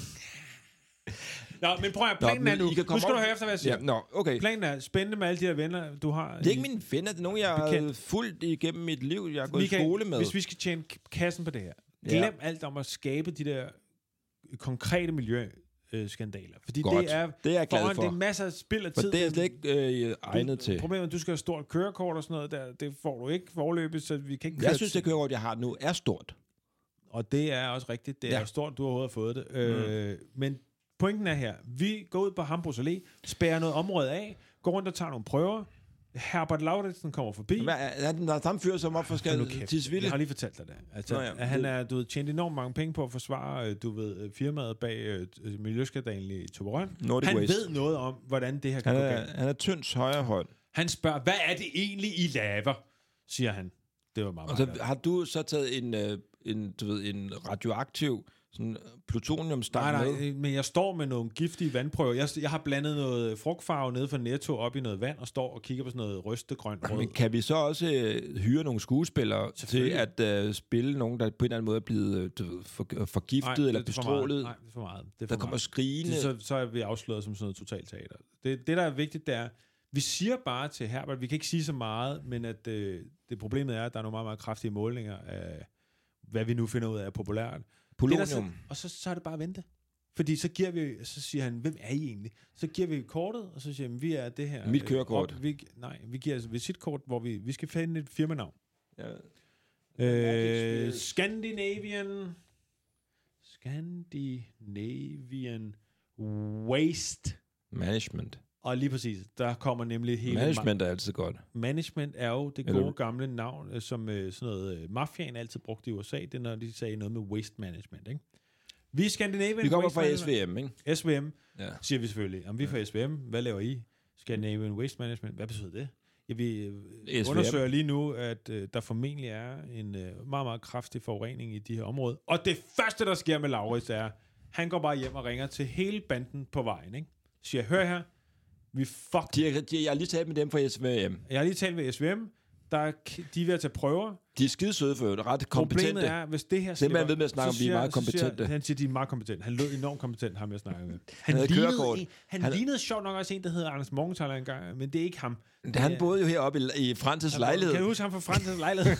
Nå, men prøv at Nå, planen men er nu. I kan Nu komme skal du op- høre efter, hvad jeg siger. Ja, nå, okay. Planen er spændende med alle de der venner, du har. Det er ikke mine venner, det er nogen, jeg har Bekendt. fulgt igennem mit liv. Jeg har gået Michael, i skole med. Hvis vi skal tjene k- kassen på det her, Ja. glem alt om at skabe de der konkrete miljøskandaler. Fordi Godt. det er, Det er jeg glad foran, for. det er masser af spild af For tid. det er jeg slet ikke øh, egnet du, til. Problemet er, at du skal have stort kørekort og sådan noget der. Det får du ikke forløbet, så vi kan ikke køre Jeg synes, til- det kørekort, jeg har nu, er stort. Og det er også rigtigt. Det er Ja. ja. stort, du overhovedet har fået det. Mm. Øh, men pointen er her. Vi går ud på Hambros Allé, spærrer noget område af, går rundt og tager nogle prøver. Herbert Lauritsen kommer forbi. Hvad, er, er den der samme fyr, som op for Hold nu skal kæft. Tisvilde? Jeg har lige fortalt dig det. Altså, Nå Nå, ja, ja, at han det- er, du ved, tjent enormt mange penge på at forsvare, øh, du ved, øh, firmaet bag øh, miljøskandalen i Toblerone. Nordic Han Waste. ved noget om, hvordan det her kan Han gå er, galt. han er tynds højre hånd. Han spørger, hvad er det egentlig, I laver? Siger han. Det var meget, Og meget så har du så taget en, øh, en, du ved, en radioaktiv sådan plutoniumstang Nej, med? nej, øh, men jeg står med nogle giftige vandprøver. Jeg, jeg har blandet noget frugtfarve nede fra Netto op i noget vand, og står og kigger på sådan noget røstegrønt rød. Men kan vi så også øh, hyre nogle skuespillere til Selvfølgelig. at øh, spille nogen, der på en eller anden måde er blevet øh, du ved, for, forgiftet Nej, eller det er for meget. bestrålet? Nej, det er for meget. Det er Der for kommer meget. skrigende... Det, så, så er vi afsløret som sådan noget totalteater. Det, det, der er vigtigt, det er, vi siger bare til Herbert, vi kan ikke sige så meget, men at øh, det problemet er, at der er nogle meget, meget kraftige målinger af, hvad vi nu finder ud af er populært. Det, der så, Polonium. og så, så er det bare at vente. Fordi så giver vi, så siger han, hvem er I egentlig? Så giver vi kortet, og så siger han, vi er det her. Mit øh, kørekort. Op, vi, nej, vi giver altså visitkort, hvor vi, vi skal finde et firmanavn. Ja. Øh, Scandinavian Scandinavian Waste Management. Og lige præcis, der kommer nemlig hele... Management er altid godt. Management er jo det Eller- gode gamle navn, som øh, sådan noget øh, mafiaen altid brugte i U S A, det er, når de sagde noget med waste management, ikke? Vi er Scandinavian Vi kommer Waste fra S Management. V M, ikke? S V M, Ja. siger vi selvfølgelig. Om vi er fra S V M, hvad laver I? Scandinavian Waste Management, hvad betyder det? Ja, vi øh, S V M. undersøger lige nu, at øh, der formentlig er en øh, meget, meget kraftig forurening i de her områder. Og det første, der sker med Laurits, er, han går bare hjem og ringer til hele banden på vejen, ikke? Siger, hør her, vi fuck... De, er- de, jeg har lige talt med dem fra S V M. Jeg har lige talt med S V M, der er, k- de er ved at tage prøver. De er skide søde for øvrigt, ret kompetente. Problemet er, hvis det her... Simpelthen ved med at snakke om, så de er siger- meget så siger- kompetente. Han siger, de er meget kompetente. Han lød enormt kompetent, ham jeg snakkede med. Han, havde lignede, kørekort. en, han, Han- lignede sjovt nok også en, der hedder Anders Morgenthaler engang, men det er ikke ham. Han boede jo heroppe i, i Frances lejlighed. Kan du huske ham fra Frances lejlighed?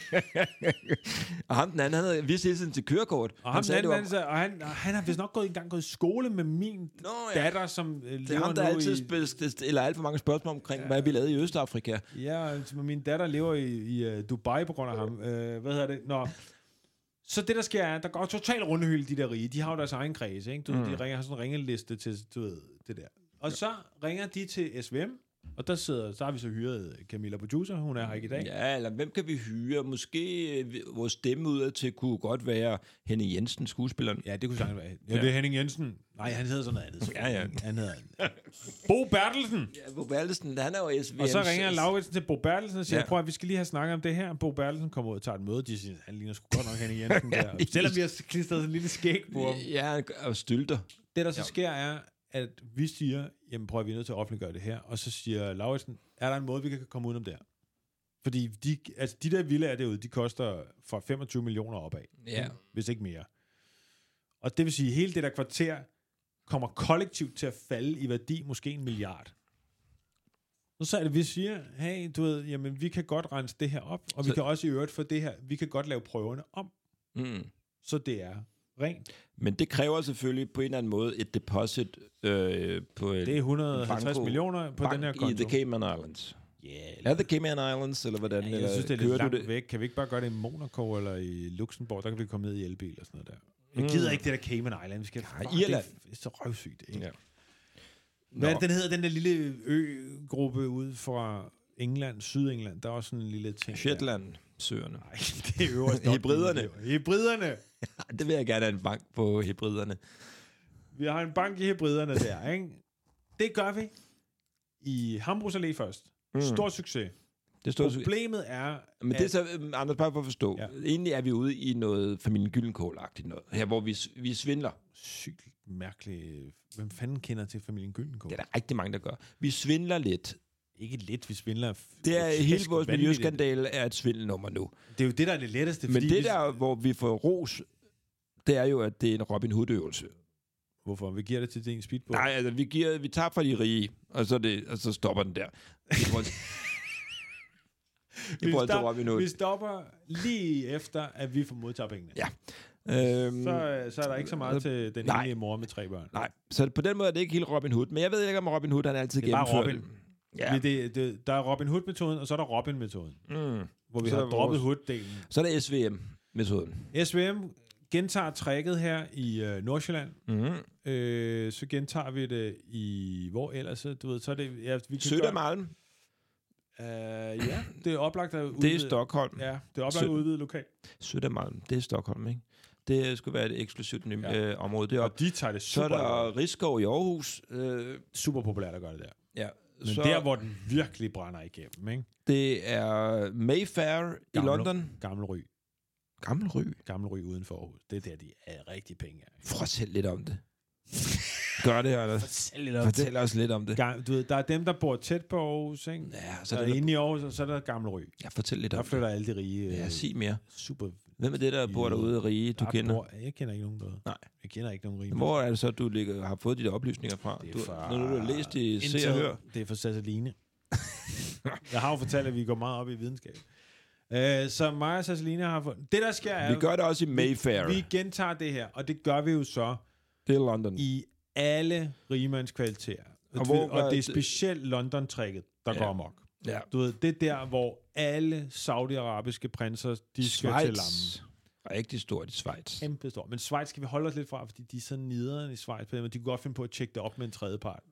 Og ham den anden, han havde vist hele tiden til kørekort. Og ham sagde, den det anden, var- mand, så- og han, og han har vist nok gået engang gået i skole med min Nå, ja. datter, som øh, Det er lever ham, der nu altid i... spil- stiller alt for mange spørgsmål omkring, ja. hvad vi lavede i Østafrika. Ja, altså, min datter lever i, i uh, Dubai på grund af ham. Uh, hvad hedder det? Nå. Så det, der sker, er, der går totalt rundehylde, de der rige. De har jo deres egen kreds, ikke? Du, mm. De ringer, har sådan en ringeliste til, du ved, det der. Og så ringer de til S V M, og der sidder, så har vi så hyret Camilla Producer, hun er her ikke i dag. Ja, eller hvem kan vi hyre? Måske øh, vores stemme ud til kunne godt være Henning Jensen, skuespilleren. Ja, det kunne sagtens være. Ja, det er Henning Jensen. Nej, han hedder sådan noget andet. Ja, ja. Han hedder... Bo Bertelsen! Ja, Bo Bertelsen, han er jo S V M. Og så ringer Lauritsen til Bo Bertelsen og siger, Ja. ja. prøv at vi skal lige have snakket om det her. Bo Bertelsen kommer ud og tager et møde. De siger, han ligner sgu godt nok Henning Jensen der. Selvom vi har klistret sådan en lille skæg på ham. Ja, og stylter. Det, der så Ja. sker, er, at vi siger, jamen prøv at vi er nødt til at offentliggøre det her. Og så siger Lauritsen, er der en måde, vi kan komme udenom det her? Fordi de, altså de der villaer derude, de koster fra femogtyve millioner opad. Ja. Hvis ikke mere. Og det vil sige, at hele det der kvarter kommer kollektivt til at falde i værdi, måske en milliard. Så er det, vi siger, hey, du ved, jamen vi kan godt rense det her op, og så vi kan også i øvrigt få det her, vi kan godt lave prøverne om, Mm. så det er rent. Men det kræver selvfølgelig på en eller anden måde et deposit øh, på et Det er et hundrede og halvtreds banko- millioner på bank den her i konto. The Cayman Islands. Yeah, Er det Cayman Islands, eller hvordan? ja, eller jeg synes, det er kører lidt du langt det? væk. Kan vi ikke bare gøre det i Monaco eller i Luxembourg? Der kan vi komme ned i elbil og sådan noget der. Jeg Mm. gider ikke det der Cayman Island. Vi skal, Ja, fuck, Irland. Det er så røvsygt. Ikke? Ja. Hvad Nå. den hedder, den der lille ø-gruppe ude fra England, Sydengland, der er også sådan en lille ting. Shetland-søerne. Nej, det er øverst. op. Hebriderne. Hebriderne. Det vil jeg gerne have en bank på hebriderne. Vi har en bank i hebriderne der, ikke? Det gør vi i Hambros Allé først. Mm. Stor succes. Det står Problemet er, Men det er så, øh, Anders, bare for at forstå. Ja. Ja. Egentlig er vi ude i noget familien Gyllenkål-agtigt noget. Her, hvor vi, vi svindler. sygt mærkeligt. Hvem fanden kender til familien Gyldenkål? Det er der rigtig mange, der gør. Vi svindler lidt. Ikke lidt, vi svindler. Det er grotesk hele vores vanvittigt. miljøskandale er et svindelnummer nu. Det er jo det, der er det letteste. Men fordi det vi, der, hvor vi får ros, det er jo, at det er en Robin Hood-øvelse. Hvorfor? Vi giver det til din speedboat? Nej, altså, vi, giver, vi tager fra de rige, og så, det, og så stopper den der. I forhold til, i vi, forhold til stop, Robin Hood. vi stopper lige efter, at vi får modtaget pengene. Ja. Øhm, Så, øh, så er der ikke så meget til den nej. enlige mor med tre børn. Nej, så på den måde er det ikke helt Robin Hood. Men jeg ved ikke, om Robin Hood han altid Det er bare gennemført. Robin. Ja. Ja. Det, det, der er Robin Hood-metoden, og så er der Robin-metoden, Mm. hvor vi Så har er droppet vores- Hood-delen. Så er det S V M-metoden. S V M gentager trækket her i øh, Nordsjælland. Mm. Øh, så gentager vi det i... Hvor ellers? Du ved, så er det... Ja, vi kan Södermalm, gøre, øh, ja, det er oplagt at udvide. det er Stockholm. Ja, det er oplagt Sø- at udvide lokalt. Södermalm, det er Stockholm, ikke? Det skulle være et eksklusivt ny, Ja. øh, område deroppe. Og de tager det Så er super, der Rigskov i Aarhus. Øh, super populært at gøre det der. ja. Men så så, der, hvor den virkelig brænder igennem, ikke? det er Mayfair i Gammel- London. Gammel Ry. Gammel Ry. Gammel Ry uden for Aarhus. Det er der, de er rigtig penge af. Fortæl lidt om det. Gør det, Anders. Fortæl lidt om Fortæl os lidt om det. Ga- du ved, der er dem, der bor tæt på Aarhus, ikke? Ja, så Så er der det er inde i Aarhus, og så er der Gammel Ry. Ja, fortæl lidt Der om det. flytter alle de rige. Ja, øh, sig mere. Super. Hvem er det, der bor derude rige, du der kender? Bor, jeg kender ikke nogen derude. Nej. Jeg kender ikke nogen rige. Hvor er det så, du ligger, har fået de der oplysninger fra? Det er Du, fra når du har læst i Se og Hør. Det er fra Sasseline. Jeg har jo fortalt, at vi går meget op i videnskab. Uh, så mig og Sasseline har fået... Det, der sker, er... Vi gør det også i Mayfair. Vi, vi gentager det her, og det gør vi jo så Det er London. i alle rigmandskvarterer. Og, Og og, hvor og var det er det- specielt London-trækket, der Ja. går amok. Ja. Du ved, det er der, hvor alle saudiarabiske prinser, de skal til lammen. Schweiz. Rigtig stort i Schweiz. Kæmpe stort. Men Schweiz skal vi holde os lidt fra, fordi de er så nederen i Schweiz. På den måde. De kunne godt finde på at tjekke det op med en tredje part.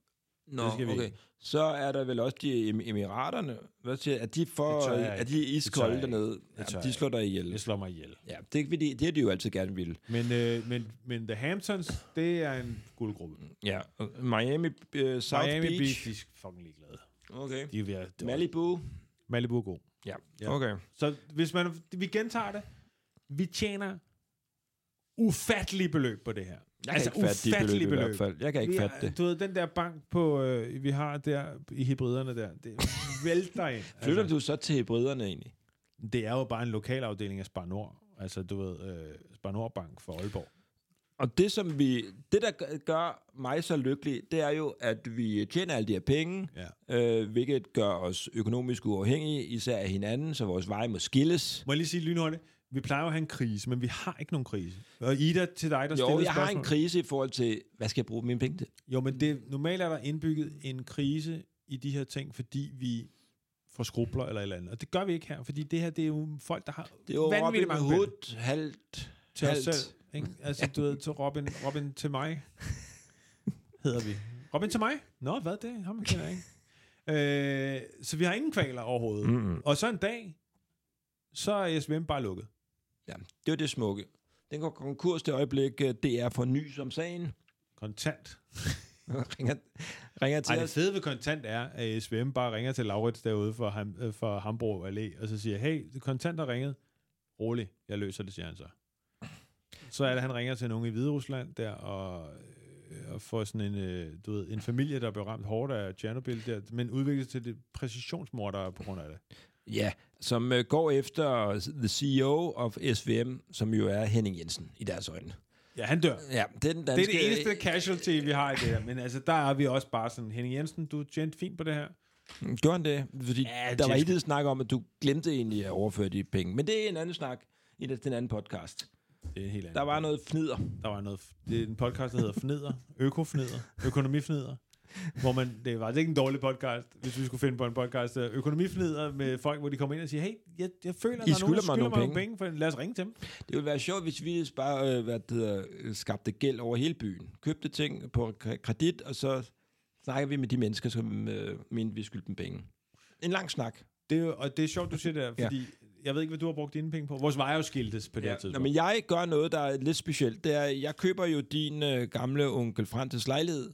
Nå, det skal vi okay. ikke. Så er der vel også de em- emiraterne. Hvad siger, er de for, Det tør jeg er ikke. de iskolde Det tør jeg dernede? Ja, tør de jeg slår dig ihjel. Det slår mig ihjel. Ja, det er fordi, det er de jo altid gerne ville. Men, øh, men, men The Hamptons, det er en guldgruppe. Ja, og Miami, uh, South Miami Beach. Beach, de er fucking ligeglade. Okay. De er ved at, Malibu. Malibu er god. Ja, Ja. okay. Så hvis man, vi gentager det, vi tjener ufattelige beløb på det her. Jeg kan ikke fatte de beløb, i hvert fald. Jeg kan ikke vi fatte er, det. Du ved, den der bank, på, øh, vi har der i hybriderne der, det vælter ind. Flytter altså, du så til hybriderne egentlig? det er jo bare en lokalafdeling af Spar Nord. Altså, du ved, øh, Spar Nord Bank for Aalborg. Og det, som vi, det, der gør- gør mig så lykkelig, det er jo, at vi tjener alle de her penge, Ja. øh, hvilket gør os økonomisk uafhængige, især af hinanden, så vores veje må skilles. Må jeg lige sige lynhurtigt? Vi plejer jo at have en krise, men vi har ikke nogen krise. Og Ida, til dig, der Jo, stillede jeg har spørgsmål. en krise i forhold til, hvad skal jeg bruge mine penge til? Jo, men det, normalt er der indbygget en krise i de her ting, fordi vi får skrubler eller et eller andet. Og det gør vi ikke her, fordi det her, det er jo folk, der har Det er jo vanvittigt Robin mange penge Hood, halvt, til os halvt. selv. Ikke? Altså, du ved, til Robin, Robin til mig, hedder vi. Robin til mig? Nå, hvad det? Ham kender jeg ikke. Øh, så vi har ingen kvaler overhovedet. Mm-mm. Og så en dag, så er S V M bare lukket. Ja, det var det smukke. Den går konkurs det øjeblik, det er for nys om sagen. Kontant. ringer, ringer til Ej, det os. fede ved kontant er, at S V M bare ringer til Laurits derude for, ham, øh, for Hambro Allé, og så siger, hey, kontant har ringet. Rolig, jeg løser det, siger han så. Så er det, han ringer til nogen i Hviderusland der, og, øh, og får sådan en, øh, du ved, en familie, der blev ramt hårdt af Tjernobyl der, men udviklet til det præcisionsmordere på grund af det. Ja, som uh, går efter the C E O of S V M, som jo er Henning Jensen i deres øjne. Ja, han dør. Ja, det er den danske... Det er det eneste casualty, vi har i det her, men altså, der er vi også bare sådan, Henning Jensen, du tjente fint på det her. Gør han det? Fordi Ja, ja, der var Jeff- ikke snak om, at du glemte egentlig at overføre de penge. Men det er en anden snak i den anden podcast. Det er en helt anden. Der var noget fnider. Der var noget, det er en podcast, der hedder Fneder, Økofneder, Økonomifneder, hvor man, det var ikke en dårlig podcast, hvis vi skulle finde på en podcast, der Økonomifneder med folk, hvor de kommer ind og siger, hey, jeg, jeg føler, at I der er nogen, der skylder mig skylder mig nogle nogle penge, for lad os ringe til dem. Det ville være sjovt, hvis vi bare øh, hvad det hedder, øh, skabte gæld over hele byen. Købte ting på k- kredit, og så snakker vi med de mennesker, som øh, mente, vi skyldte dem penge. En lang snak. Det er, jo- og det er sjovt, du siger det der, fordi jeg ved ikke, hvad du har brugt dine penge på. Vores veje er jo skiltes på det her Ja. Nå, tidspunkt. men jeg gør noget, der er lidt specielt. Det er, jeg køber jo din øh, gamle onkel Frantes lejlighed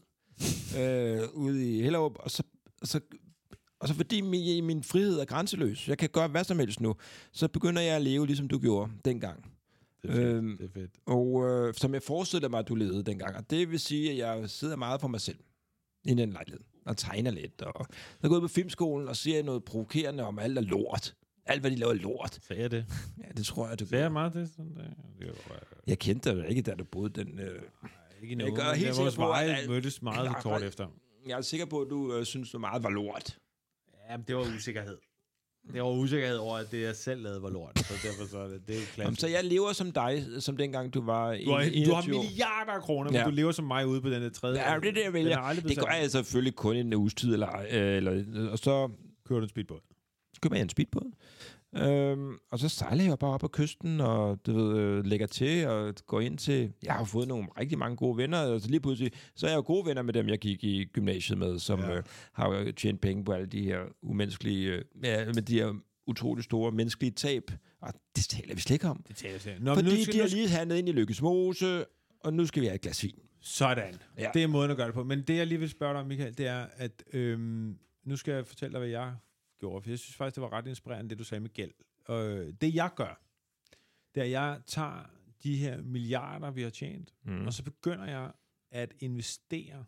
øh, ude i Hellerup, og så, og så, og så fordi min, min frihed er grænseløs, jeg kan gøre hvad som helst nu, så begynder jeg at leve, ligesom du gjorde dengang. Det er fedt. Øhm, det er fedt. Og øh, som jeg forestiller mig, at du levede dengang. Og det vil sige, at jeg sidder meget for mig selv i den lejlighed og tegner lidt. Og jeg er gået på filmskolen og ser noget provokerende om alt er lort. Alt, hvad de laver, er lort. Sagde jeg det? Ja, det tror jeg, du Sagde jeg gør. meget det? Sådan, det, det var, øh, Jeg kendte dig ikke, da du boede den... Øh... ikke Jeg noget, gør men helt der sikker vores på, at veje alt- mødtes meget Ja, kort ret- efter. Jeg er sikker på, at du øh, synes, det meget var lort. Jamen, det var usikkerhed. Det var usikkerhed over, at det, jeg selv lavede, var lort. Så derfor så er det, det er jo Jamen, klassisk. så jeg lever som dig, som dengang du var Du har, du har enogtyve år. milliarder af kroner, men Ja. du lever som mig ude på den der tredje. Ja, det er det, jeg Den vælger. har aldrig Det blevet gør sat- jeg selvfølgelig kun i en uges tid, eller, øh, eller, og så Kører du en speedbåd? køber jeg en speedbåd. Øhm, og så sejler jeg bare op ad kysten, og du ved, øh, lægger til, og går ind til... Jeg har fået nogle rigtig mange gode venner, og så lige pludselig, så er jeg jo gode venner med dem, jeg gik i gymnasiet med, som Ja. øh, har jo tjent penge på alle de her umenneskelige... Øh, ja, med de her utrolig store menneskelige tab. Og det taler vi slet ikke om. Det tager jeg til. Nå, Fordi men nu skal, de har nu skal, lige handlet ind i Lykkes Mose, og nu skal vi have et glas vin. sådan. Ja. Det er måden at gøre det på. Men det, jeg lige vil spørge dig om, Michael, det er, at øhm, nu skal jeg fortælle dig, hvad jeg gjorde. For jeg synes faktisk, det var ret inspirerende, det du sagde med gæld. Og det, jeg gør, det er, at jeg tager de her milliarder, vi har tjent, Mm. og så begynder jeg at investere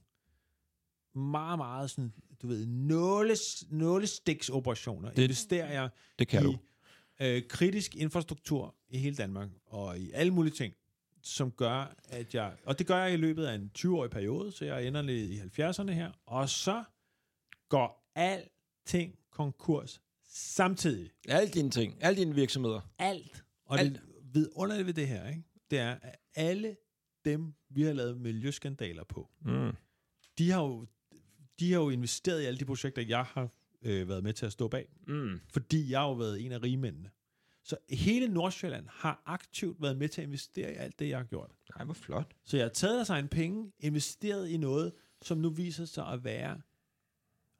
meget, meget sådan, du ved, nåles, nålestiksoperationer. Det- Investerer jeg Det kan i du. øh, kritisk infrastruktur i hele Danmark, og i alle mulige ting, som gør, at jeg... Og det gør jeg i løbet af en tyve-årig periode, så jeg ender lidt i halvfjerdserne her, og så går alting konkurs samtidig. Alle dine ting, alle dine virksomheder. Alt. Og Alt. det vidunderlige ved det her, ikke? Det er, at alle dem, vi har lavet miljøskandaler på, Mm. de har jo, de har jo investeret i alle de projekter, jeg har øh, været med til at stå bag. Mm. Fordi jeg har jo været en af rigmændene. Så hele Nordsjælland har aktivt været med til at investere i alt det, jeg har gjort. Nej, hvor flot. Så jeg har taget af sig en penge, investeret i noget, som nu viser sig at være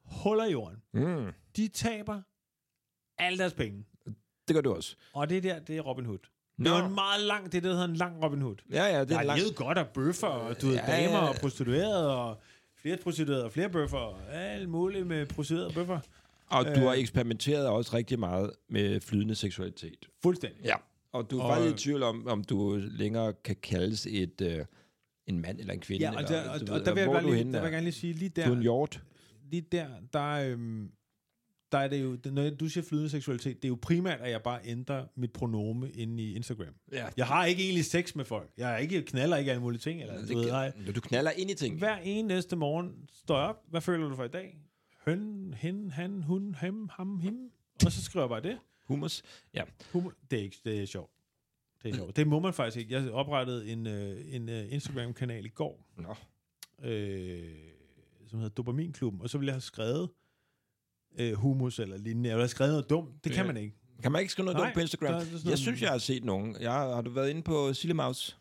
huller i jorden. Mm. De taber alle deres penge. Det gør du også. Og det der, det er Robin Hood. Nå. Det var en meget lang, det der hedder en lang Robin Hood. Ja, ja, det Der er er langt. levet godt af bøffer, og du ved, Ja, damer ja. og prostituerede, og flere prostituerede, og flere bøffer, og alt muligt med prostituerede bøffer. Og du Øh. har eksperimenteret også rigtig meget med flydende seksualitet. Fuldstændig. Ja. Og du er Og- faktisk i tvivl om, om du længere kan kaldes et, øh, en mand eller en kvinde. Ja, og, eller, der, og, du og ved, der vil jeg hvor bare du lige, henne der vil er. jeg gerne lige sige, lige Du er en der, hjort. lige der, der, øhm, der er det jo, når du siger flydende seksualitet, det er jo primært, at jeg bare ændrer mit pronome inde i Instagram. Ja. Jeg har ikke egentlig sex med folk. Jeg er ikke knaller ikke alle mulige ting. Eller, du ved, hej. Du knaller ind i ting. Hver en næste morgen står jeg op. Hvad føler du for i dag? Høn, hen, han, hun, ham, ham, him. Og så skriver jeg bare det. Humus. Ja. Humor. Det er ikke, det er sjovt. Det er sjovt. Det må man faktisk ikke. Jeg oprettede en, øh, en uh, Instagram-kanal i går, Nå. øh, som hedder Dopaminklubben, og så ville jeg have skrevet øh, humus eller lignende. Jeg ville have skrevet noget dumt. Det kan Ja. man ikke. Kan man ikke skrive noget Nej, dumt på Instagram? der er sådan Jeg noget- synes, jeg har set nogen. Jeg har, har du været inde på Sillemaus?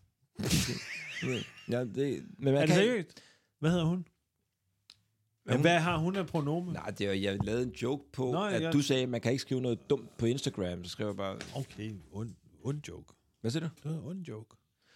Ja, det, men man Er det kan, seriøst? Hvad hedder hun? Hvad Ja, hun- hvad har hun af pronomen? Nej, det var, jeg lavede en joke på, Nå, Nå, at jeg- du sagde, at man kan ikke skrive noget dumt på Instagram. Så skrev jeg bare, Okay, ond, ond joke. hvad siger du? Det var en ond joke.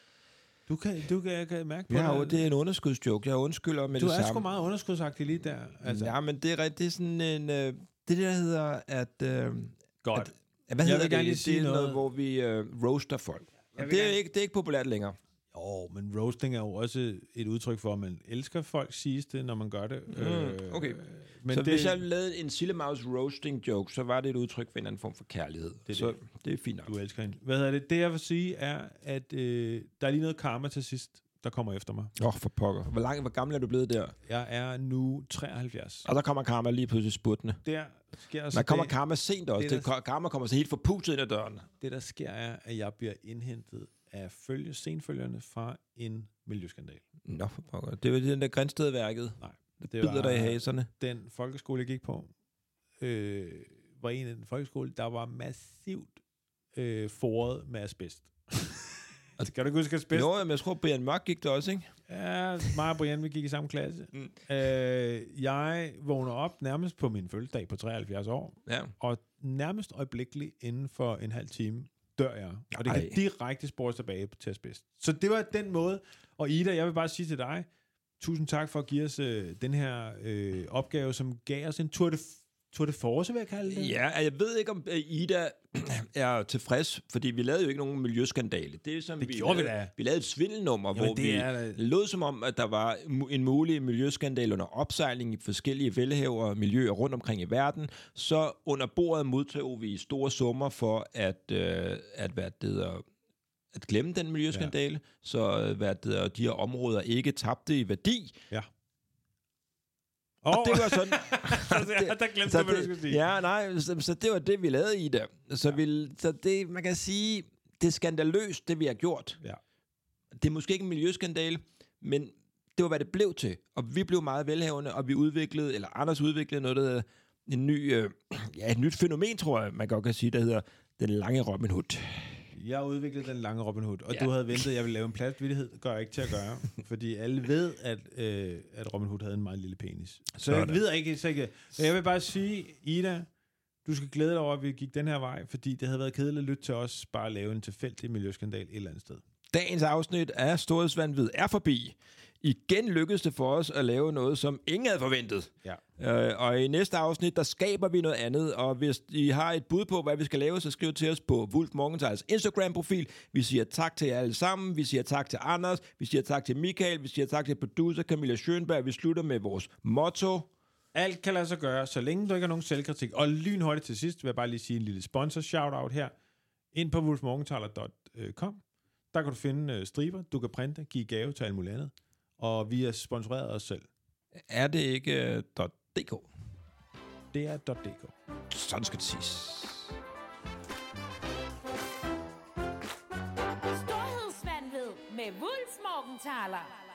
Du kan, du kan, jeg kan mærke på Ja, dig. jo, det er en underskudsjoke. Jeg undskylder med Du det er samme. sgu meget underskudsagtig lige der. Altså, Ja, men det er rigtigt. Det er sådan en... Øh, det der hedder, at... Øh, godt. At, hvad Jeg hedder vil gerne lige det? sige Det er noget, noget. hvor vi øh, roaster folk. Og vil det er, gerne- ikke, det er ikke populært længere. Jo, men roasting er jo også et udtryk for, at man elsker folk, siges det, når man gør det. Mm, okay. Men Så det, hvis jeg lavede en Sillemaus roasting joke, så var det et udtryk for en eller anden form for kærlighed. Det er så det. det er fint nok. du elsker hende. Hvad hedder det? Det, jeg vil sige, er, at øh, der er lige noget karma til sidst, der kommer efter mig. Åh, oh, for pokker. Hvor, lang, hvor gammel er du blevet der? Jeg er nu treoghalvfjerds. Og der kommer karma lige pludselig spurtende. Der sker så Der kommer det, karma sent også. det Det, er det, karma kommer så helt forpustet ind ad døren. det, der sker, er, at jeg bliver indhentet af følge, senfølgerne fra en miljøskandal. Nå, for pokker. Det var den der Grindstedværket. Nej, Det bider dig i haserne. Den folkeskole, jeg gik på, øh, var en af den folkeskole, der var massivt øh, foret med asbest. Altså, kan du ikke huske asbest? Jo, men jeg tror, Brian Mørk gik der også, ikke? Ja, mig og Brian, vi gik i samme klasse. Mm. Øh, jeg vågner op nærmest på min fødselsdag på treoghalvfjerds år, Ja. og nærmest øjeblikkeligt inden for en halv time dør jeg. Og det Ej. kan direkte spores tilbage til asbest. Så det var den måde. Og Ida, jeg vil bare sige til dig, tusind tak for at give os øh, den her øh, opgave, som gav os en tour de, tour de force, vil jeg kalde det. Ja, jeg ved ikke, om øh, Ida er tilfreds, fordi vi lavede jo ikke nogen miljøskandale. Det, er, som Det vi gjorde vi lavede, da. Vi lavede et svindelnummer, Jamen, hvor det vi er da- lød som om, at der var mu- en mulig miljøskandale under opsejling i forskellige velhaver og miljøer rundt omkring i verden. Så under bordet modtog vi store summer for at, øh, at, hvad det hedder, at glemme den miljøskandale, ja. så øh, hvad det hedder, de her områder ikke tabte i værdi. Ja. Og det var sådan... ja, der glemte så du, hvad du det- skulle sige. Ja, nej, så, så det var det, vi lavede i det. Så, ja. vi, så det, man kan sige, det er skandaløst, det vi har gjort. Ja. Det er måske ikke en miljøskandale, men det var, hvad det blev til. Og vi blev meget velhavende, og vi udviklede, eller Anders udviklede noget, der hedder en ny, øh, ja, et nyt fænomen, tror jeg, man godt kan sige, der hedder den lange Robin Hood. Jeg udviklede den lange Robin Hood, og Ja. du havde ventet, at jeg ville lave en platvittighed. Det gør jeg ikke til at gøre, fordi alle ved, at, øh, at Robin Hood havde en meget lille penis. Så Sådan. jeg ved ikke, så jeg, jeg vil bare sige, Ida, du skal glæde dig over, at vi gik den her vej, fordi det havde været kedeligt at lytte til os, bare at lave en tilfældig miljøskandal et eller andet sted. Dagens afsnit af Storhedsvanvid er forbi. Igen lykkedes det for os at lave noget, som ingen havde forventet. Ja. Øh, og i næste afsnit, der skaber vi noget andet. Og hvis I har et bud på, hvad vi skal lave, så skriv til os på Wulff Morgenthalers Instagram-profil. Vi siger tak til jer alle sammen. Vi siger tak til Anders. Vi siger tak til Michael. Vi siger tak til producer Camilla Schönberg. Vi slutter med vores motto. Alt kan lade sig gøre, så længe du ikke har nogen selvkritik. Og lynhurtigt til sidst vil jeg bare lige sige en lille sponsor-shoutout her. Ind på wulff morgenthaler punktum com. Der kan du finde øh, striber, du kan printe, give gave til alt muligt andet. Og vi er sponsoreret os selv. Er det ikke uh, .dk? Det er .dk. Sådan skal det siges. Storhedsvanvid med Wulff Morgenthaler.